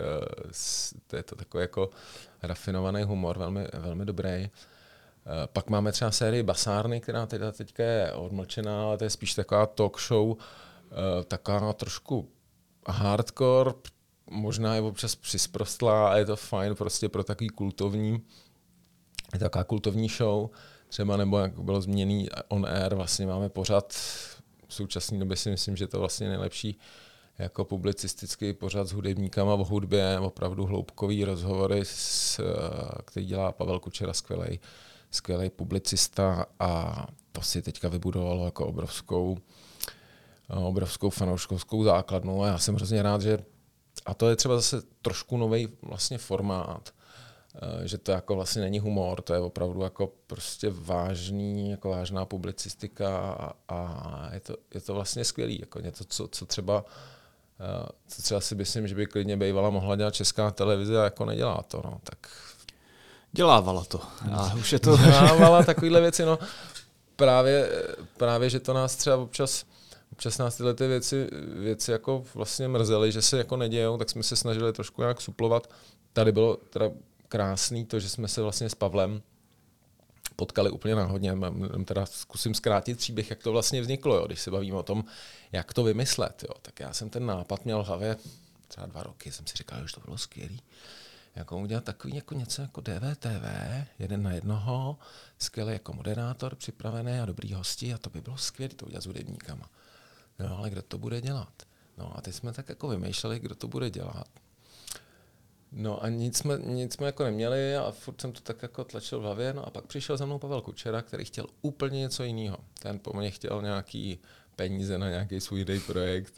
to je to takový jako rafinovaný humor, velmi, velmi dobrý. Pak máme třeba sérii Basárny, která teda teďka je odmlčená, ale to je spíš taková talk show, taková trošku hardcore, možná je občas přisprostlá a je to fajn prostě pro takový kultovní, je to taková kultovní show, třeba nebo jak bylo zmíněný on air, vlastně máme pořad, v současné době si myslím, že to vlastně nejlepší jako publicistický pořad s hudebníkama o hudbě, opravdu hloubkový rozhovory, s, který dělá Pavel Kučera, skvělej, skvělej publicista a to si teďka vybudovalo jako obrovskou, obrovskou fanouškovskou základnu a já jsem hrozně rád, že a to je třeba zase trošku nový vlastně formát, že to jako vlastně není humor, to je opravdu jako prostě vážný, jako vážná publicistika a, a je, to, je to vlastně skvělý, jako něco, co, co třeba co třeba si myslím, že by klidně bývala mohla dělat Česká televize a jako nedělá to, no, tak dělávala to. A už je to dělávala takovýhle věci, no. Právě, právě, že to nás třeba občas Občas nás tyhle ty věci, věci jako vlastně mrzely, že se jako nedějou, tak jsme se snažili trošku nějak suplovat. Tady bylo teda krásný to, že jsme se vlastně s Pavlem potkali úplně náhodně. Teda zkusím zkrátit příběh, jak to vlastně vzniklo, jo. Když se bavíme o tom, jak to vymyslet. Jo. Tak já jsem ten nápad měl v hlavě třeba dva roky, jsem si říkal, že to bylo skvělý. Jako udělat takový jako něco jako D V T V, jeden na jednoho, skvělý jako moderátor, připravený a dobrý hosti a to by bylo skvělé to udělat s hudebníkama. No, ale kdo to bude dělat? No a teď jsme tak jako vymýšleli, kdo to bude dělat. No a nic jsme, nic jsme jako neměli a furt jsem to tak jako tlačil v hlavě. No a pak přišel za mnou Pavel Kučera, který chtěl úplně něco jiného. Ten po mně chtěl nějaký peníze na nějaký svůj jiný projekt.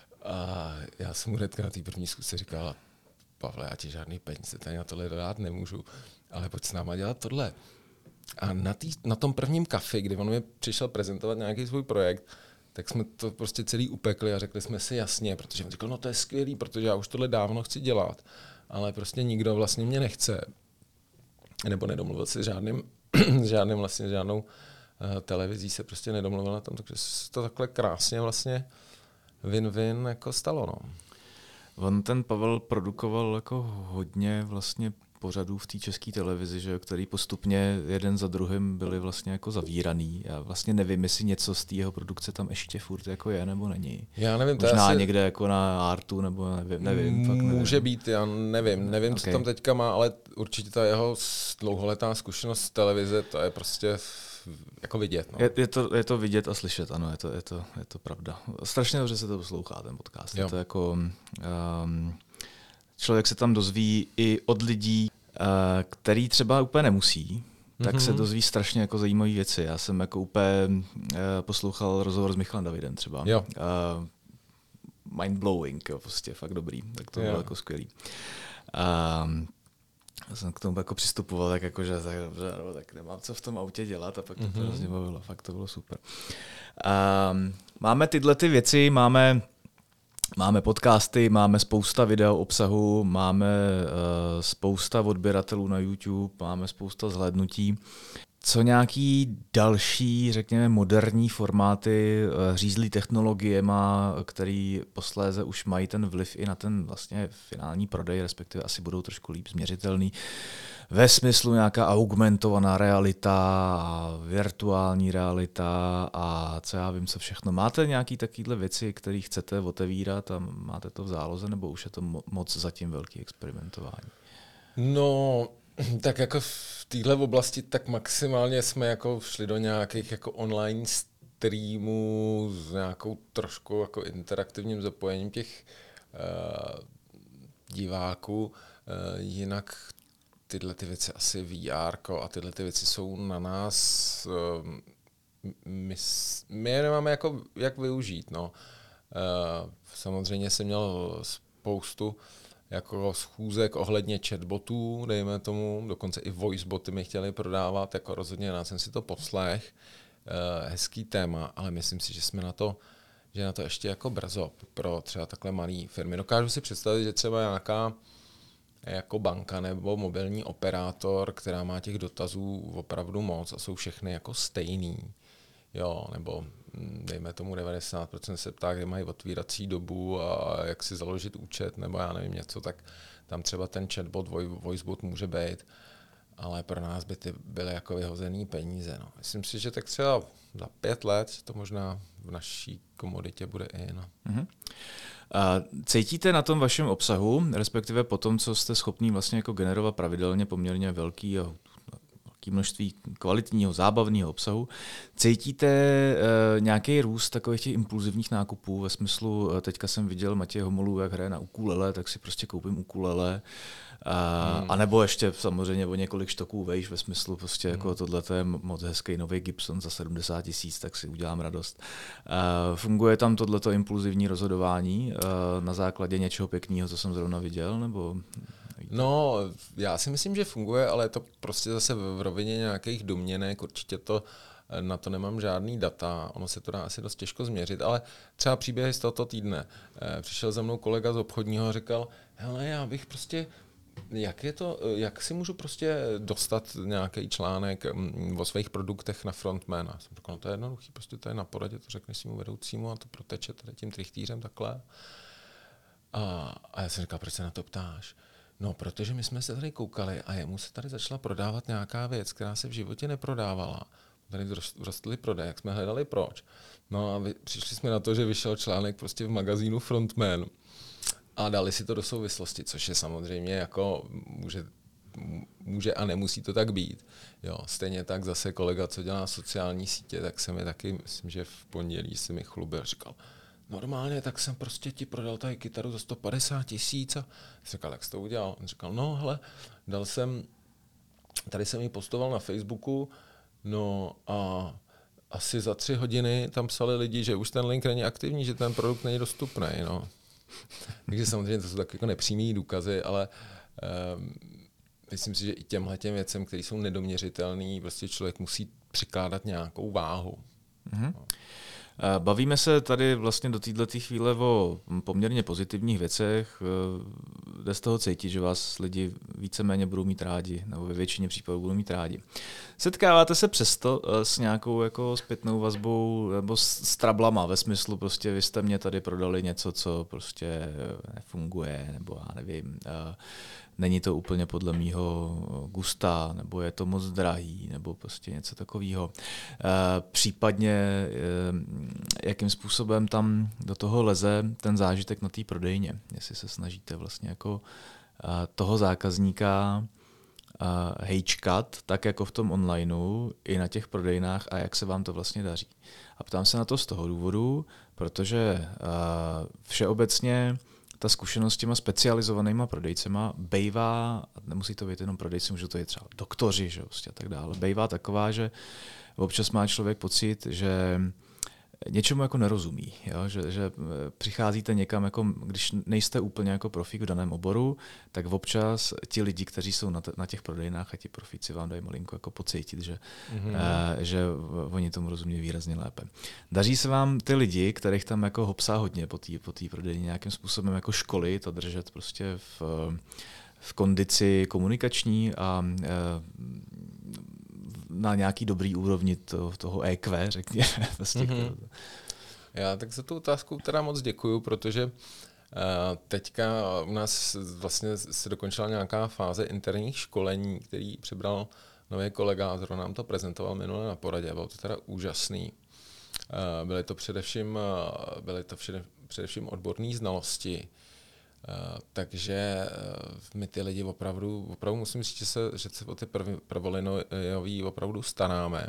A já jsem mu hnedka na té první zkusce říkal, Pavle, já ti žádný peníze tady na tohle dát nemůžu, ale pojď s náma dělat tohle. A na, tý, na tom prvním kafi, kdy on mi přišel prezentovat nějaký svůj projekt, tak jsme to prostě celý upekli a řekli jsme si jasně, protože on říkal, no to je skvělý, protože já už tohle dávno chci dělat. ale prostě nikdo vlastně mě nechce. Nebo nedomluvil se s žádným, žádným vlastně žádnou uh, televizí se prostě nedomluvil na tom, takže se to takhle krásně vlastně win-win jako stalo, no. On ten Pavel produkoval jako hodně vlastně pořadů v té české televizi, že, který postupně jeden za druhým byli vlastně jako zavíraný. Já vlastně nevím, jestli něco z té jeho produkce tam ještě furt jako je nebo není. Já nevím, to možná asi... někde jako na Artu nebo nevím, nevím, fakt nevím. Může být, já nevím, nevím, okay. co tam teďka má, ale určitě ta jeho dlouholetá zkušenost z televize, to je prostě jako vidět. No. Je, je, to, je to vidět a slyšet, ano, je to, je to, je to pravda. Strašně dobře se to poslouchá, ten podcast. Jo. Je to jako, um, člověk se tam dozví i od lidí, uh, který třeba úplně nemusí, tak mm-hmm. se dozví strašně jako zajímavé věci. Já jsem jako úplně uh, poslouchal rozhovor s Michalem Davidem třeba. Jo. Uh, mind-blowing, jo, prostě fakt dobrý. Tak to jo. bylo jako skvělý. Um, Já jsem k tomu jako přistupoval tak jako, že tak, dobře, no, tak nemám co v tom autě dělat a pak to mm-hmm. hrozně bavilo. Fakt to bylo super. Um, máme tyhle ty věci, máme, máme podcasty, máme spousta video obsahu, máme uh, spousta odběratelů na YouTube, máme spousta zhlédnutí. Co nějaký další, řekněme, moderní formáty, řízlý technologie má, který posléze už mají ten vliv i na ten vlastně finální prodej, respektive asi budou trošku líp změřitelný, ve smyslu nějaká augmentovaná realita a virtuální realita a co já vím, co všechno. Máte nějaký takovýhle věci, které chcete otevírat a máte to v záloze, nebo už je to moc zatím velký experimentování? No... Tak jako v téhle oblasti tak maximálně jsme jako šli do nějakých jako online streamů s nějakou trošku jako interaktivním zapojením těch uh, diváků. Uh, jinak tyhle ty věci asi V R a tyhle ty věci jsou na nás. Uh, my, my je nemáme jako jak využít. No. Uh, samozřejmě jsem měl spoustu jako schůzek ohledně chatbotů, dejme tomu, dokonce i voiceboty mi chtěli prodávat, jako rozhodně já jsem si to poslech, eh, hezký téma, ale myslím si, že jsme na to, že na to ještě jako brzo pro třeba takhle malé firmy. Dokážu si představit, že třeba nějaká jako banka nebo mobilní operátor, která má těch dotazů opravdu moc a jsou všechny jako stejný, jo, nebo dejme tomu devadesát procent se ptá, kde mají otvírací dobu a jak si založit účet, nebo já nevím něco, tak tam třeba ten chatbot, voicebot může být, ale pro nás by ty byly jako vyhozený peníze. No. Myslím si, že tak třeba za pět let to možná v naší komoditě bude i. No. Mm-hmm. A cítíte na tom vašem obsahu, respektive po tom, co jste schopný vlastně jako generovat pravidelně poměrně velký a množství kvalitního, zábavného obsahu. Cítíte e, nějaký růst takových těch impulzivních nákupů ve smyslu, e, teďka jsem viděl Matěje Homolu, jak hraje na ukulele, tak si prostě koupím ukulele. A, hmm. a nebo ještě samozřejmě o několik štoků vejš ve smyslu prostě hmm. jako tohle je moc hezký nový Gibson za sedmdesát tisíc, tak si udělám radost. E, funguje tam tohleto impulzivní rozhodování e, na základě něčeho pěkného, co jsem zrovna viděl, nebo... No, já si myslím, že funguje, ale je to prostě zase v rovině nějakých domněnek, určitě to, na to nemám žádný data, ono se to dá asi dost těžko změřit, ale třeba příběhy z tohoto týdne. Přišel za mnou kolega z obchodního a říkal, hele, já bych prostě, jak je to, jak si můžu prostě dostat nějaký článek o svých produktech na Frontmana. Jsem říkal, no to je jednoduchý, prostě to je na poradě, to řekneš svým vedoucímu a to proteče tady tím trichtýřem takhle. A, a já jsem říkal, proč se na to ptáš? No, protože my jsme se tady koukali a jemu se tady začala prodávat nějaká věc, která se v životě neprodávala. Tady rostly prodej, jak jsme hledali proč. No a vy, přišli jsme na to, že vyšel článek prostě v magazínu Frontman a dali si to do souvislosti, což je samozřejmě jako může, může a nemusí to tak být. Jo, stejně tak zase kolega, co dělá sociální sítě, tak se mi taky, myslím, že v pondělí se mi chlubil, říkal, normálně, tak jsem prostě ti prodal tady kytaru za sto padesát tisíc a říkal, jak jsi to udělal? On říkal, no hele, dal jsem, tady jsem ji postoval na Facebooku, no a asi za tři hodiny tam psali lidi, že už ten link není aktivní, že ten produkt není dostupný, no. Takže samozřejmě to jsou tak jako nepřímý důkazy, ale um, myslím si, že i těmhle těm věcem, které jsou nedoměřitelné, prostě člověk musí přikládat nějakou váhu. Mm-hmm. No. Bavíme se tady vlastně do této chvíle o poměrně pozitivních věcech. Jde z toho cítit, že vás lidi víceméně budou mít rádi, nebo ve většině případů budou mít rádi. Setkáváte se přesto s nějakou jako zpětnou vazbou nebo s trablama ve smyslu prostě vy jste mě tady prodali něco, co prostě nefunguje, nebo já nevím, není to úplně podle mýho gusta, nebo je to moc drahý, nebo prostě něco takového. Případně jakým způsobem tam do toho leze ten zážitek na té prodejně, jestli se snažíte vlastně jako toho zákazníka hejčkat, tak jako v tom onlineu, i na těch prodejnách a jak se vám to vlastně daří. A ptám se na to z toho důvodu, protože všeobecně ta zkušenost s těma specializovanýma prodejcema bejvá, nemusí to být jenom prodejci, můžou to být třeba doktoři, že prostě a tak dále, bejvá taková, že občas má člověk pocit, že něčemu jako nerozumí, jo? Že, že přicházíte někam, jako, když nejste úplně jako profík v daném oboru, tak občas ti lidi, kteří jsou na, t- na těch prodejnách a ti profíci vám dají malinko jako pocítit, že, mm-hmm. eh, že oni tomu rozumí výrazně lépe. Daří se vám ty lidi, kterých tam jako hopsá hodně po té po té prodejně, nějakým způsobem jako školit a držet prostě v, v kondici komunikační a eh, na nějaký dobrý úrovni to, toho é kvé, řekněme. Vlastně. Mm-hmm. Já tak za tu otázku teda moc děkuju, protože uh, teďka u nás vlastně se dokončila nějaká fáze interních školení, který přibral nový kolega a zrovna nám to prezentoval minule na poradě. Bylo to teda úžasný. Uh, byly to především, uh, byly to všede, především odborné znalosti. Uh, takže uh, my ty lidi opravdu, opravdu musím říct, že se, že se o ty prvolinojový opravdu staráme.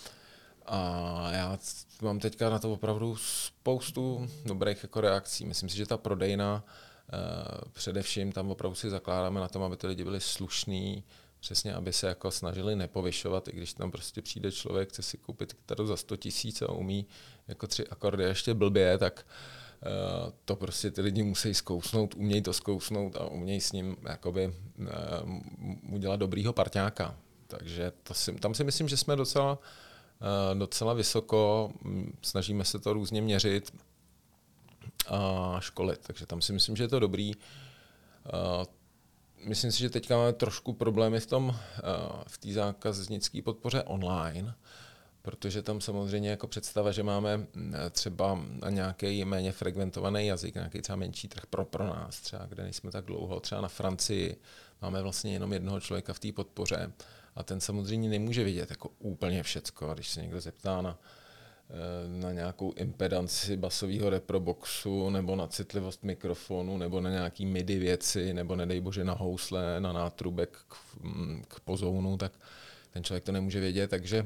A já mám teďka na to opravdu spoustu dobrých jako reakcí. Myslím si, že ta prodejna, uh, především tam opravdu si zakládáme na tom, aby ty lidi byli slušní, přesně, aby se jako snažili nepovyšovat, i když tam prostě přijde člověk, chce si koupit kytaru za sto tisíc a umí jako tři akordy ještě blbě, tak Uh, to prostě ty lidi musí zkousnout, umějí to zkousnout a umějí s ním jakoby uh, udělat dobrýho parťáka. Takže to si, tam si myslím, že jsme docela, uh, docela vysoko, snažíme se to různě měřit a školit, takže tam si myslím, že je to dobrý. Uh, myslím si, že teďka máme trošku problémy v tom, uh, v té zákaznické podpoře online, protože tam samozřejmě jako představa, že máme třeba nějaký méně frekventovaný jazyk, nějaký třeba menší trh pro, pro nás, třeba kde nejsme tak dlouho, třeba na Francii máme vlastně jenom jednoho člověka v té podpoře a ten samozřejmě nemůže vidět jako úplně všecko. Když se někdo zeptá na, na nějakou impedanci basového reproboxu nebo na citlivost mikrofonu nebo na nějaký midi věci nebo nedej bože na housle, na nátrubek k, k pozounu, tak ten člověk to nemůže vědět, takže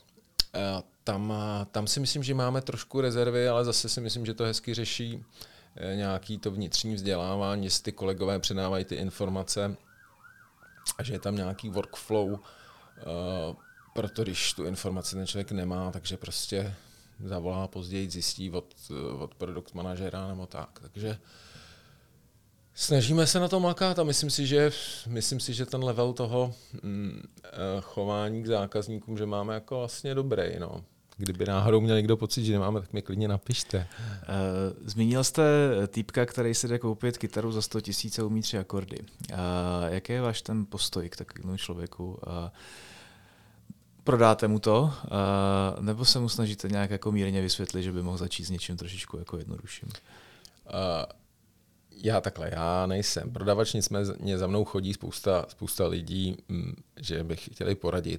Tam, tam si myslím, že máme trošku rezervy, ale zase si myslím, že to hezky řeší nějaký to vnitřní vzdělávání, jestli ty kolegové předávají ty informace a že je tam nějaký workflow, proto když tu informaci ten člověk nemá, takže prostě zavolá později, zjistí od, od produkt manažera nebo tak. Takže snažíme se na to makat a myslím si, že, myslím si, že ten level toho mm, chování k zákazníkům, že máme jako vlastně dobrý. No. Kdyby náhodou měl někdo pocit, že nemáme, tak mi klidně napište. Zmínil jste týpka, který si jde koupit kytaru za sto tisíc a umí tři akordy. Jaký je váš ten postoj k takovému člověku? Prodáte mu to, nebo se mu snažíte nějak jako mírně vysvětlit, že by mohl začít s něčím trošičku jako jednodušším? Uh, Já takhle, já nejsem prodavač, nicméně za mnou chodí spousta, spousta lidí, že bych chtěli poradit.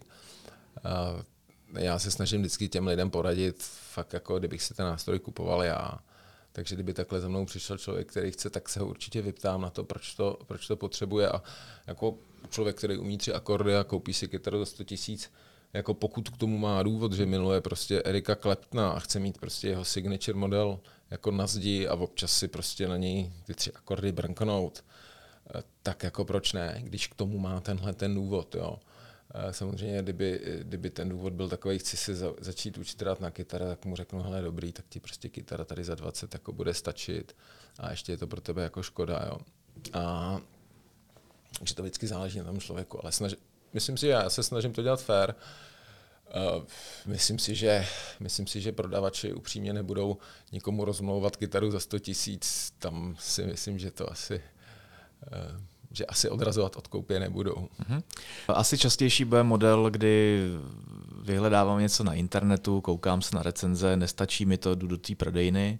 Já se snažím vždycky těm lidem poradit, fakt jako kdybych si ten nástroj kupoval já. Takže kdyby takhle za mnou přišel člověk, který chce, tak se ho určitě vyptám na to, proč to, proč to potřebuje. A jako člověk, který umí tři akordy a koupí si kytaru za sto tisíc, jako pokud k tomu má důvod, že miluje prostě Erika Claptona a chce mít prostě jeho signature model jako na zdi a občas si prostě na něj ty tři akordy brnknout, tak jako proč ne, když k tomu má tenhle ten důvod, jo. Samozřejmě, kdyby, kdyby ten důvod byl takový, chci si za, začít učit hrát na kytaru, tak mu řeknu, hele dobrý, tak ti prostě kytara tady za dvacet jako bude stačit a ještě je to pro tebe jako škoda, jo. A že to vždycky záleží na tom člověku, ale snaž, myslím si, já se snažím to dělat fair Uh, myslím si, že, myslím si, že prodavači upřímně nebudou nikomu rozmlouvat kytaru za sto tisíc. Tam si myslím, že to asi, uh, že asi odrazovat od koupě nebudou. Mm-hmm. Asi častější bude model, kdy vyhledávám něco na internetu, koukám se na recenze, nestačí mi to, jdu do té prodejny.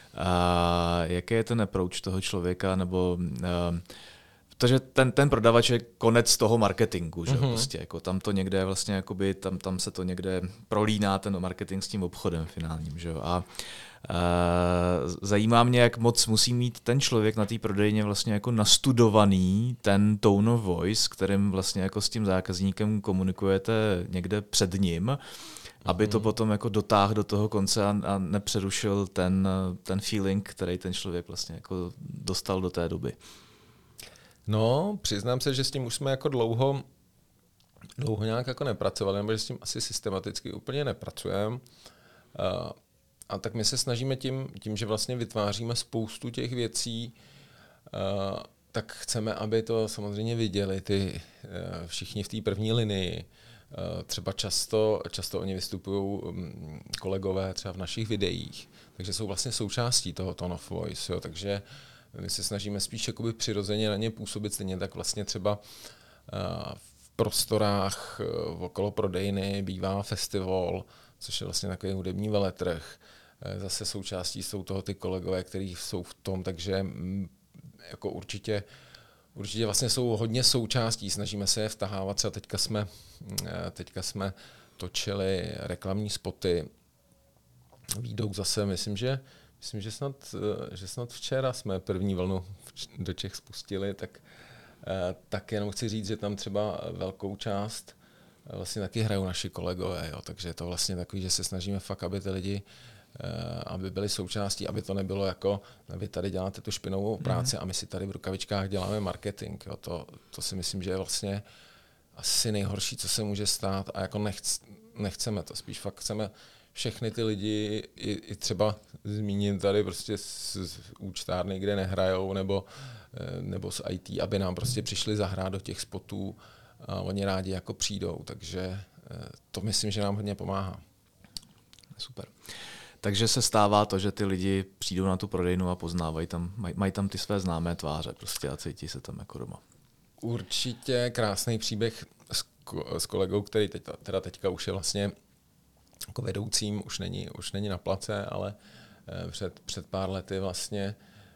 A jaký je ten approach toho člověka, nebo uh, protože ten, ten prodavač je konec toho marketingu, že mm-hmm. prostě jako tam to někde vlastně jakoby, tam, tam se to někde prolíná ten marketing s tím obchodem finálním, že jo. A Uh, zajímá mě, jak moc musí mít ten člověk na té prodejně vlastně jako nastudovaný ten tone of voice, kterým vlastně jako s tím zákazníkem komunikujete někde před ním, aby to potom jako dotáhl do toho konce a, a nepřerušil ten, ten feeling, který ten člověk vlastně jako dostal do té doby. No, přiznám se, že s tím už jsme jako dlouho, dlouho nějak jako nepracovali, nebo že s tím asi systematicky úplně nepracujeme. Uh, A tak my se snažíme tím, tím, že vlastně vytváříme spoustu těch věcí, uh, tak chceme, aby to samozřejmě viděli ty uh, všichni v té první linii. Uh, třeba často, často oni vystupují um, kolegové třeba v našich videích, takže jsou vlastně součástí toho tone of voice. Jo, takže my se snažíme spíš jakoby přirozeně na ně působit, stejně tak vlastně třeba uh, v prostorách uh, okolo prodejny bývá festival, což je vlastně takový hudební veletrh. Zase součástí jsou toho ty kolegové, kteří jsou v tom, takže jako určitě, určitě vlastně jsou hodně součástí, snažíme se je vtahávat. Třeba teďka jsme, teďka jsme točili reklamní spoty, výjdou zase, myslím, že, myslím, že, snad, že snad včera jsme první vlnu do Čech spustili, tak, tak jenom chci říct, že tam třeba velkou část vlastně taky hrajou naši kolegové, jo, takže je to vlastně takový, že se snažíme fakt, aby ty lidi aby byli součástí, aby to nebylo jako, vy tady děláte tu špinovou práci mm. a my si tady v rukavičkách děláme marketing. Jo. To, to si myslím, že je vlastně asi nejhorší, co se může stát a jako nechc, nechceme to. Spíš fakt chceme všechny ty lidi, i, i třeba zmíním tady prostě z, z účtárny, kde nehrajou, nebo, nebo z í té, aby nám prostě přišli zahrát do těch spotů a oni rádi jako přijdou. Takže to myslím, že nám hodně pomáhá. Super. Takže se stává to, že ty lidi přijdou na tu prodejnu a poznávají tam, maj, mají tam ty své známé tváře prostě a cítí se tam jako doma. Určitě krásný příběh s, ko, s kolegou, který teď, teda teďka už je vlastně jako vedoucím, už není, už není na place, ale před, před pár lety vlastně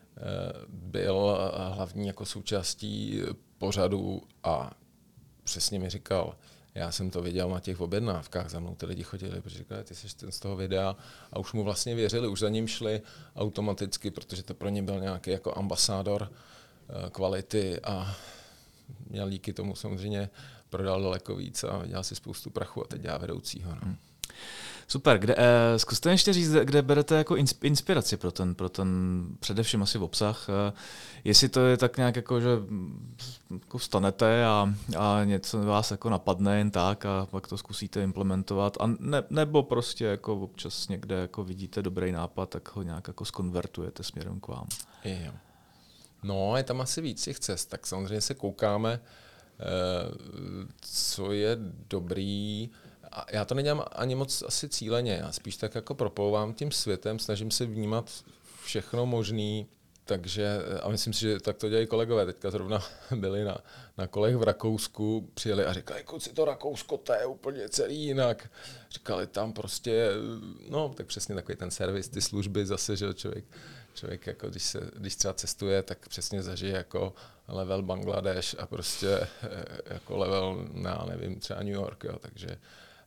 byl hlavní jako součástí pořadu a přesně mi říkal, já jsem to viděl na těch objednávkách, za mnou ty lidi chodili, protože říkali, ty jsi ten z toho videa a už mu vlastně věřili, už za ním šli automaticky, protože to pro ně byl nějaký jako ambasádor kvality a měl díky tomu samozřejmě prodal daleko víc a dělal si spoustu prachu a teď dělá vedoucího. No. Hmm. Super, kde, eh, zkuste ještě říct, kde berete jako inspiraci pro ten, pro ten především asi v obsah. Eh, jestli to je tak nějak jako, že jako vstanete a, a něco vás jako napadne jen tak a pak to zkusíte implementovat, a ne, nebo prostě jako občas někde jako vidíte dobrý nápad, tak ho nějak jako skonvertujete směrem k vám. Jo. No, je tam asi víc těch cest, tak samozřejmě se koukáme, co je dobrý. A já to nedělám ani moc asi cíleně, já spíš tak jako proplouvám tím světem, snažím se vnímat všechno možný, takže, a myslím si, že tak to dělají kolegové, teďka zrovna byli na, na kolech v Rakousku, přijeli a říkali, kluci, to Rakousko, to je úplně celý jinak. Říkali tam prostě, no tak přesně takový ten servis, ty služby zase, že člověk, člověk jako když, se, když třeba cestuje, tak přesně zažije jako level Bangladeš a prostě jako level, já nevím, třeba New York, jo, takže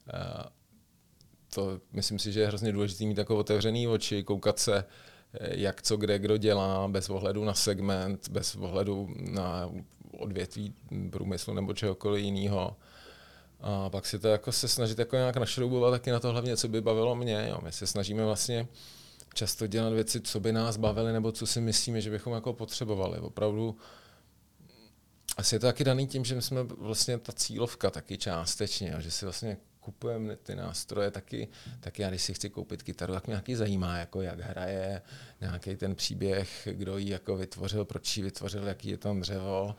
to myslím si, že je hrozně důležité mít takové otevřený oči, koukat se, jak co kde kdo dělá, bez ohledu na segment, bez ohledu na odvětví průmyslu nebo čehokoliv jiného. A pak si to jako se snažit jako nějak našroubovat taky na to hlavně, co by bavilo mě. Jo. My se snažíme vlastně často dělat věci, co by nás bavily, nebo co si myslíme, že bychom jako potřebovali. Opravdu asi je to taky daný tím, že jsme vlastně ta cílovka taky částečně, že si vlastně kupujeme ty nástroje taky, taky já když si chci koupit kytaru, tak mě nějaký zajímá, jako jak hraje, nějaký ten příběh, kdo ji jako vytvořil, proč ji vytvořil, jaký je tam dřevo,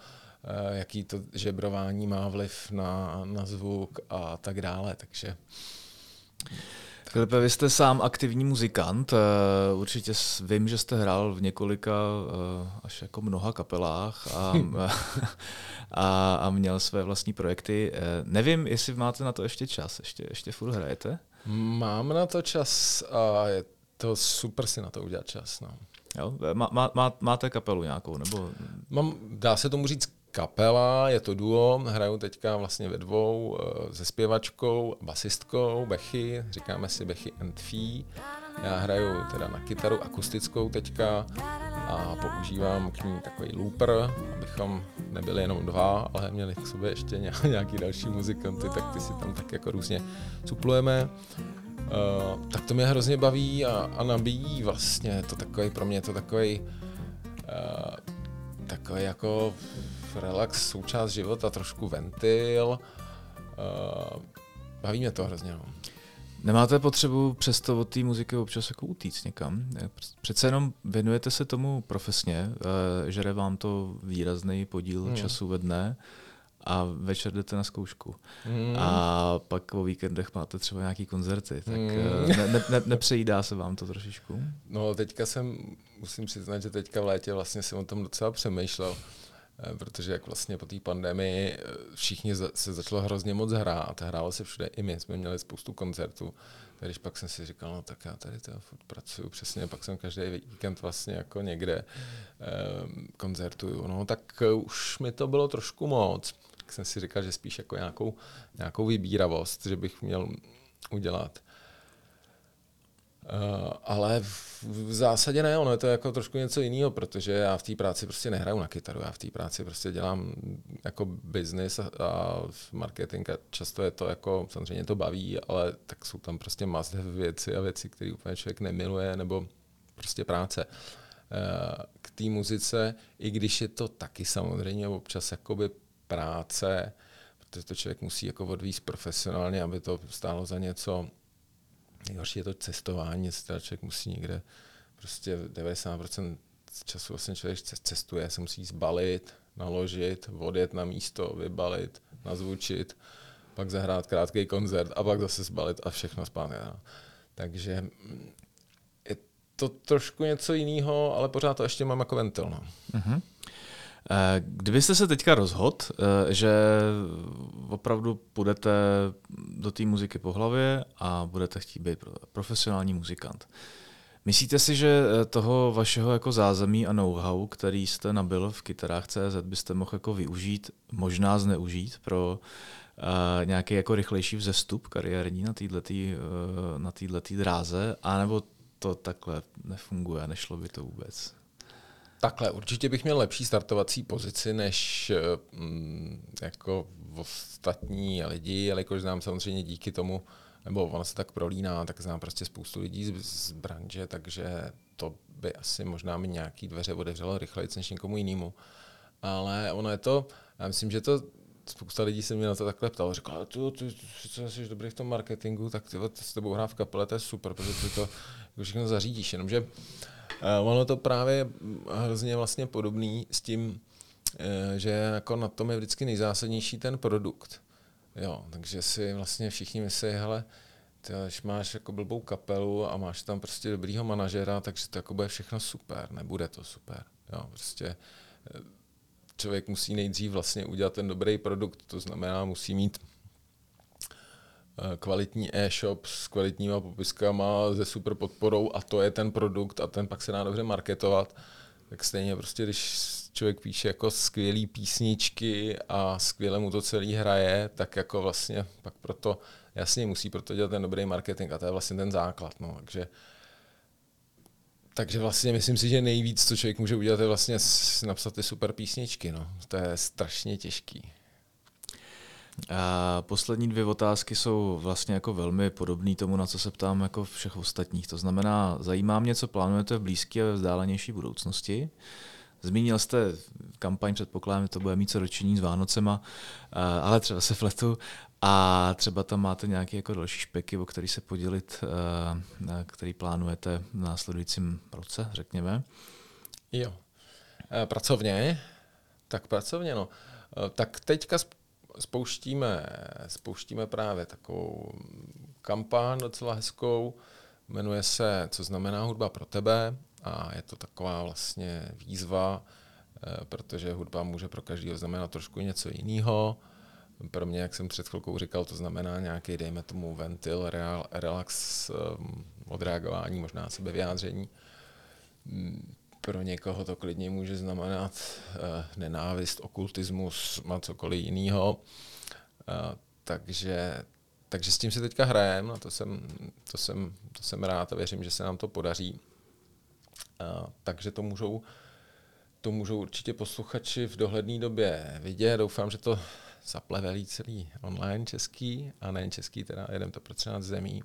jaký to žebrování má vliv na, na zvuk a tak dále, takže... Filipe, vy jste sám aktivní muzikant, určitě vím, že jste hrál v několika až jako mnoha kapelách a, a, a měl své vlastní projekty. Nevím, jestli máte na to ještě čas, ještě, ještě furt hrajete? Mám na to čas a je to super si na to udělat čas. No. Jo? Má, má, máte kapelu nějakou? Nebo... Mám, dá se tomu říct kapela, je to duo, hraju teďka vlastně ve dvou se zpěvačkou, basistkou, Bechy, říkáme si Bechy and Fee. Já hraju teda na kytaru akustickou teďka a používám k ní takový looper, abychom nebyli jenom dva, ale měli k sobě ještě nějaký další muzikanty, tak ty si tam tak jako různě suplujeme. Uh, tak to mě hrozně baví a, a nabíjí vlastně, to takový, pro mě je to takový uh, takový jako relax, součást života, trošku ventil. Uh, baví mě to hrozně. No. Nemáte potřebu přesto od té muziky občas jako utíct někam? Přece jenom věnujete se tomu profesně, žere vám to výrazný podíl hmm. času ve dne a večer jdete na zkoušku. Hmm. A pak o víkendech máte třeba nějaký koncerty, tak hmm. ne, ne, ne, nepřejídá se vám to trošičku? No teďka jsem, musím přiznat, že teďka v létě vlastně jsem o tom docela přemýšlel, protože jak vlastně po té pandemii všichni se začalo hrozně moc hrát, hrálo se všude, i my jsme měli spoustu koncertů, když pak jsem si říkal, no tak já tady teda furt pracuju, přesně, pak jsem každý víkend vlastně jako někde um, koncertuju, no tak už mi to bylo trošku moc, tak jsem si říkal, že spíš jako nějakou, nějakou vybíravost, že bych měl udělat. Uh, ale v, v zásadě ne, ono je to jako trošku něco jiného, protože já v té práci prostě nehraju na kytaru, já v té práci prostě dělám jako business a, a marketing a často je to jako, samozřejmě to baví, ale tak jsou tam prostě must have věci a věci, které úplně člověk nemiluje, nebo prostě práce. Uh, k té muzice, i když je to taky samozřejmě občas jakoby práce, protože to člověk musí jako odvízt profesionálně, aby to stálo za něco. Nejhorší je to cestování, teda člověk musí někde, prostě devadesát procent času vlastně člověk cestuje, se musí zbalit, naložit, odjet na místo, vybalit, nazvučit, pak zahrát krátký koncert a pak zase zbalit a všechno zpátky. Takže je to trošku něco jiného, ale pořád to ještě mám jako ventil. No. Uh-huh. Kdybyste se teďka rozhodl, že opravdu půjdete do té muziky po hlavě a budete chtít být profesionální muzikant, myslíte si, že toho vašeho jako zázemí a know-how, který jste nabyl v kytarách tečka cé zet, byste mohl jako využít, možná zneužít pro uh, nějaký jako rychlejší vzestup kariérní na této uh, na této dráze, anebo to takhle nefunguje, nešlo by to vůbec? Takhle, určitě bych měl lepší startovací pozici než mm, jako ostatní lidi, jelikož znám samozřejmě díky tomu, nebo ono se tak prolíná, tak znám prostě spoustu lidí z, z branže, takže to by asi možná mi nějaký dveře otevřelo rychleji než někomu jinému. Ale ono je to, já myslím, že to spousta lidí se mě na to takhle ptalo, říkala, ty, ty, ty jsi dobrý v tom marketingu, tak ty s tebou hrát v kapele, to je super, protože ty to všechno zařídíš, jenomže Uh, ono to právě hrozně vlastně podobný s tím, uh, že jako na tom je vždycky nejzásadnější ten produkt. Jo, takže si vlastně všichni myslí, hele, ty, když máš jako blbou kapelu a máš tam prostě dobrýho manažera, takže to jako bude všechno super, nebude to super. Jo, prostě člověk musí nejdřív vlastně udělat ten dobrý produkt, to znamená, musí mít kvalitní e-shop s kvalitníma popiskama, se super podporou a to je ten produkt a ten pak se dá dobře marketovat. Tak stejně prostě, když člověk píše jako skvělý písničky a skvěle mu to celý hraje, tak jako vlastně pak proto, jasně musí proto dělat ten dobrý marketing a to je vlastně ten základ. No. Takže, takže vlastně myslím si, že nejvíc, co člověk může udělat, je vlastně napsat ty super písničky. No. To je strašně těžký. A poslední dvě otázky jsou vlastně jako velmi podobné tomu, na co se ptám jako všech ostatních. To znamená, zajímá mě, co plánujete v blízké a vzdálenější budoucnosti. Zmínil jste kampaň, předpokládám, že to bude mít co dočinění s Vánocema, ale třeba se fletu a třeba tam máte nějaké jako další špeky, o který se podělit, který plánujete v následujícím roce, řekněme. Jo. Pracovně? Tak pracovně, no. Tak teďka spouštíme, spouštíme právě takovou kampaň docela hezkou, jmenuje se Co znamená hudba pro tebe a je to taková vlastně výzva, protože hudba může pro každého znamenat trošku něco jiného. Pro mě, jak jsem před chvilkou říkal, to znamená nějaký, dejme tomu, ventil, real, relax, odreagování, možná sebevyjádření. Pro někoho to klidně může znamenat uh, nenávist, okultismus, má cokoliv jiného. Uh, takže, takže s tím si teďka hrajem a to jsem, to, jsem, to jsem rád a věřím, že se nám to podaří. Uh, takže to můžou, to můžou určitě posluchači v dohledné době vidět. Doufám, že to zaplevelí celý online český a nejen český, teda jedem to pro třináct zemí.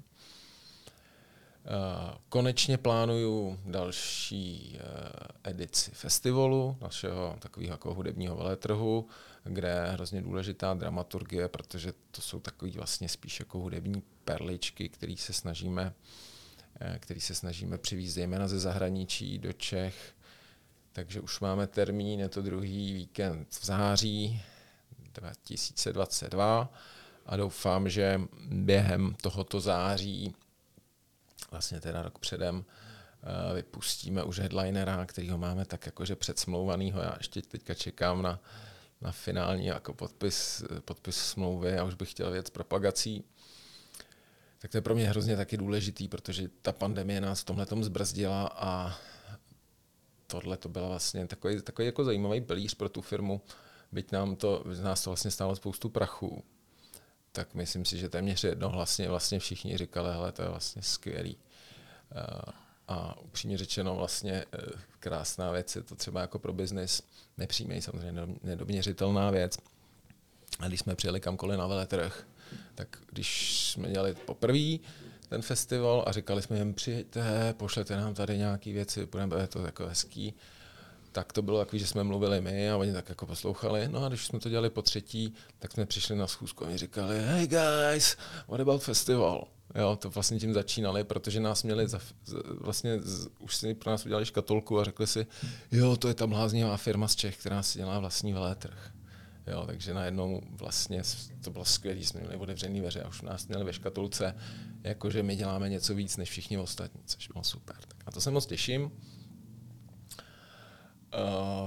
Uh, konečně plánuju další uh, edici festivalu, našeho takového jako hudebního veletrhu, kde je hrozně důležitá dramaturgie, protože to jsou takový vlastně spíš jako hudební perličky, který se snažíme, uh, který se snažíme přivést zejména ze zahraničí do Čech. Takže už máme termín, je to druhý víkend v září dva tisíce dvacet dva a doufám, že během tohoto září vlastně teda rok předem vypustíme už headlinera, kterýho máme tak jakože předsmlouvanýho. Já ještě teďka čekám na, na finální jako podpis, podpis smlouvy. Já už bych chtěl věc propagací. Tak to je pro mě hrozně taky důležitý, protože ta pandemie nás v tomhletom zbrzdila a tohle to byla vlastně takový, takový jako zajímavý pilíř pro tu firmu. Byť nám to, nás to vlastně stálo spoustu prachu, tak myslím si, že téměř jednohlasně vlastně všichni říkali, hele, to je vlastně skvělý. A upřímně řečeno vlastně krásná věc, je to třeba jako pro biznis nepřímý, samozřejmě nedoměřitelná věc. A když jsme přijeli kamkoliv na veletrh, tak když jsme dělali poprvé ten festival a říkali jsme jim, přijďte, pošlete nám tady nějaké věci, budeme, je to jako hezký, tak to bylo takový, že jsme mluvili my a oni tak jako poslouchali. No a když jsme to dělali po třetí, tak jsme přišli na schůzku a oni říkali, hey guys, what about festival? Jo, to vlastně tím začínali, protože nás měli, za, vlastně z, už si pro nás udělali škatulku a řekli si, jo, to je ta bláznivá firma z Čech, která si dělá vlastní veletrh. Jo, takže najednou vlastně to bylo skvělé, jsme měli otevřený dveře a už nás měli ve škatulce, jakože my děláme něco víc než všichni ostatní, což bylo super. Tak a to se moc těším. Uh,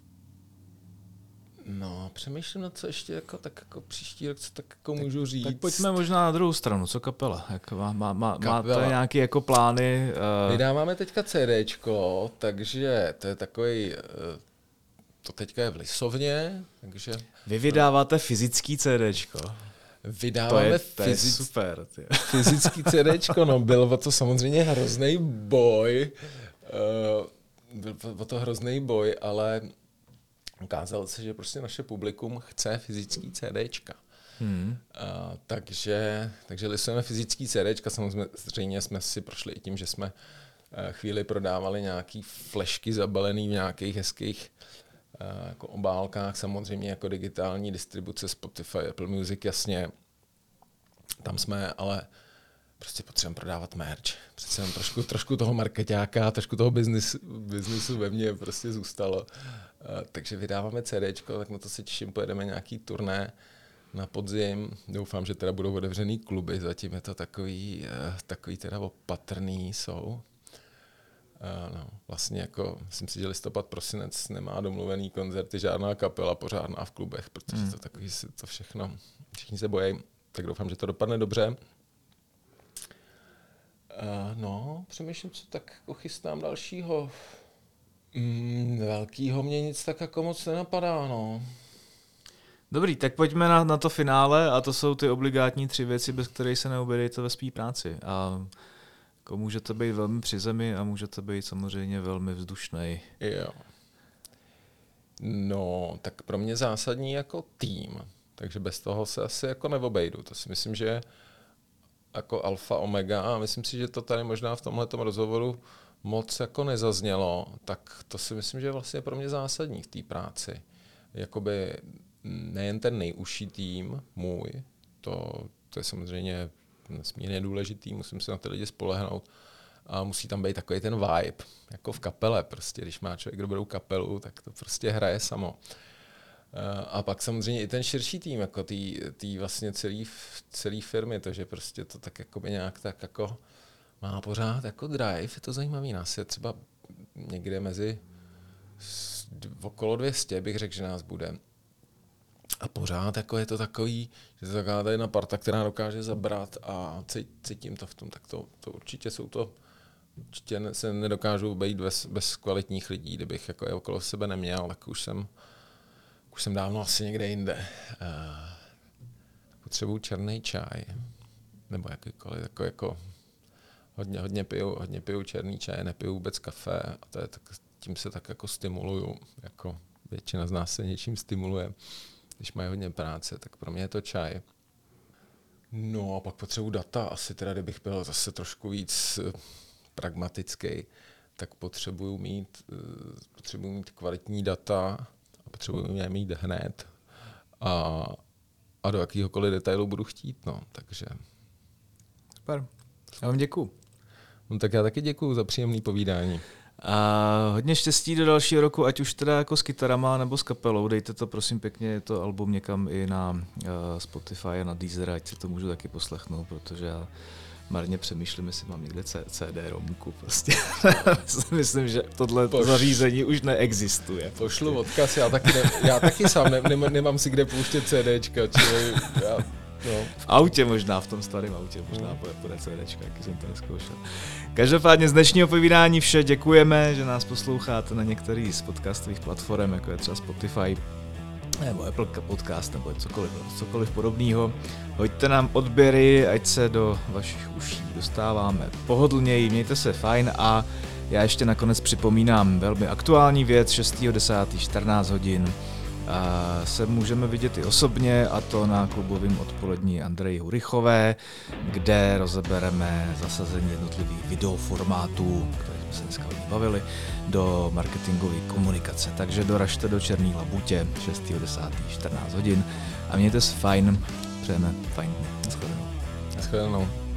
no, přemýšlím, na co ještě jako, tak jako příští rok, co tak jako tak, můžu říct. Tak pojďme možná na druhou stranu, co kapela? Jak má, má, má, máte nějaké jako plány? Uh... Vydáváme teďka CDčko, takže to je takový, uh, to teďka je v Lisovně, takže... Vy vydáváte fyzický CDčko? Vydáváme to je, to je fyzic, super. Tě. Fyzický CDčko, no byl to samozřejmě hrozný boj, uh, byl o to hrozný boj, ale ukázalo se, že prostě naše publikum chce fyzický CDčka. Hmm. Uh, takže, takže lisujeme fyzický CDčka, samozřejmě jsme si prošli i tím, že jsme uh, chvíli prodávali nějaký flešky zabalený v nějakých hezkých uh, jako obálkách, samozřejmě jako digitální distribuce Spotify, Apple Music, jasně. Tam jsme, ale prostě potřebujeme prodávat merch. Přece jen trošku, trošku toho markeťáka, trošku toho biznis, biznisu ve mně prostě zůstalo. Uh, takže vydáváme CDčko, tak na to se těším, pojedeme nějaký turné na podzim. Doufám, že teda budou otevřený kluby, zatím je to takový, uh, takový teda opatrný jsou. Uh, no, vlastně jako, myslím si, že listopad, prosinec nemá domluvený koncerty, žádná kapela pořádná v klubech, protože to takový se to všechno, všichni se bojí, tak doufám, že to dopadne dobře. Uh, no, přemýšlím, co tak jako chystám dalšího. Mm, velkýho mě nic tak jako moc nenapadá, no. Dobrý, tak pojďme na, na to finále a to jsou ty obligátní tři věci, bez kterých se neobejdete ve své práci. A jako může to být velmi při zemi a může to být samozřejmě velmi vzdušnej. Jo. No, tak pro mě zásadní jako tým, takže bez toho se asi jako neobejdu. To si myslím, že je jako alfa omega a myslím si, že to tady možná v tomhletom rozhovoru moc jako nezaznělo, tak to si myslím, že je vlastně pro mě zásadní v té práci. Jakoby nejen ten nejužší tým můj, to, to je samozřejmě nesmírně důležitý, musím se na ty lidi spolehnout a musí tam být takový ten vibe, jako v kapele prostě, když má člověk dobrou kapelu, tak to prostě hraje samo. A pak samozřejmě i ten širší tým, jako tý, tý vlastně celý, celý firmy, to, že prostě to tak jako by nějak tak jako má pořád jako drive, je to zajímavý. Nás je třeba někde mezi okolo dvě stě, bych řekl, že nás bude. A pořád jako je to takový, že to taková ta jedna parta, která dokáže zabrat a cítím to v tom, tak to, to určitě jsou to, určitě se nedokážu obejít bez, bez kvalitních lidí, kdybych jako je okolo sebe neměl, tak už jsem, už jsem dávno asi někde jinde. Uh, potřebuju černý čaj, nebo jakýkoliv, jako, jako hodně, hodně piju, hodně piju černý čaj, nepiju vůbec kafe a to je tak, tím se tak jako stimuluju, jako většina z nás se něčím stimuluje. Když mají hodně práce, tak pro mě je to čaj. No a pak potřebuji data. Asi teda, kdybych byl zase trošku víc pragmatický, tak potřebuji mít, potřebuji mít kvalitní data a potřebuji je mít hned. A, a do jakýhokoliv detailu budu chtít. No, takže. Super. Já vám děkuju. No, tak já taky děkuju za příjemné povídání. A hodně štěstí do dalšího roku, ať už teda jako s kytarama nebo s kapelou. Dejte to prosím pěkně, to album někam i na uh, Spotify a na Deezer, ať si to můžu taky poslechnout, protože já marně přemýšlím, jestli mám někde C D romku. Prostě. Myslím, že tohle Poš... zařízení už neexistuje. Pošlu odkaz, já taky, ne, já taky sám ne, nemám, nemám si kde pouštět CDčka, čili já... No. V autě možná, v tom starém autě, možná půjde CDčka, jaký jsem to neskoušel. Každopádně z dnešního povídání vše, děkujeme, že nás posloucháte na některých z podcastových platform, jako je třeba Spotify, nebo Apple Podcast, nebo cokoliv, cokoliv podobného. Hoďte nám odběry, ať se do vašich uší dostáváme pohodlněji, mějte se fajn a já ještě nakonec připomínám velmi aktuální věc, šestého desátého čtrnáct hodin. A se můžeme vidět i osobně, a to na klubovém odpolední Andreji Hurichové, kde rozebereme zasazení jednotlivých videoformátů, které jsme se dneska hodně bavili, do marketingové komunikace. Takže doražte do Černý Labutě šestého desátého čtrnáct hodin a mějte se fajn, přejeme fajn. Naschledanou. Naschledanou.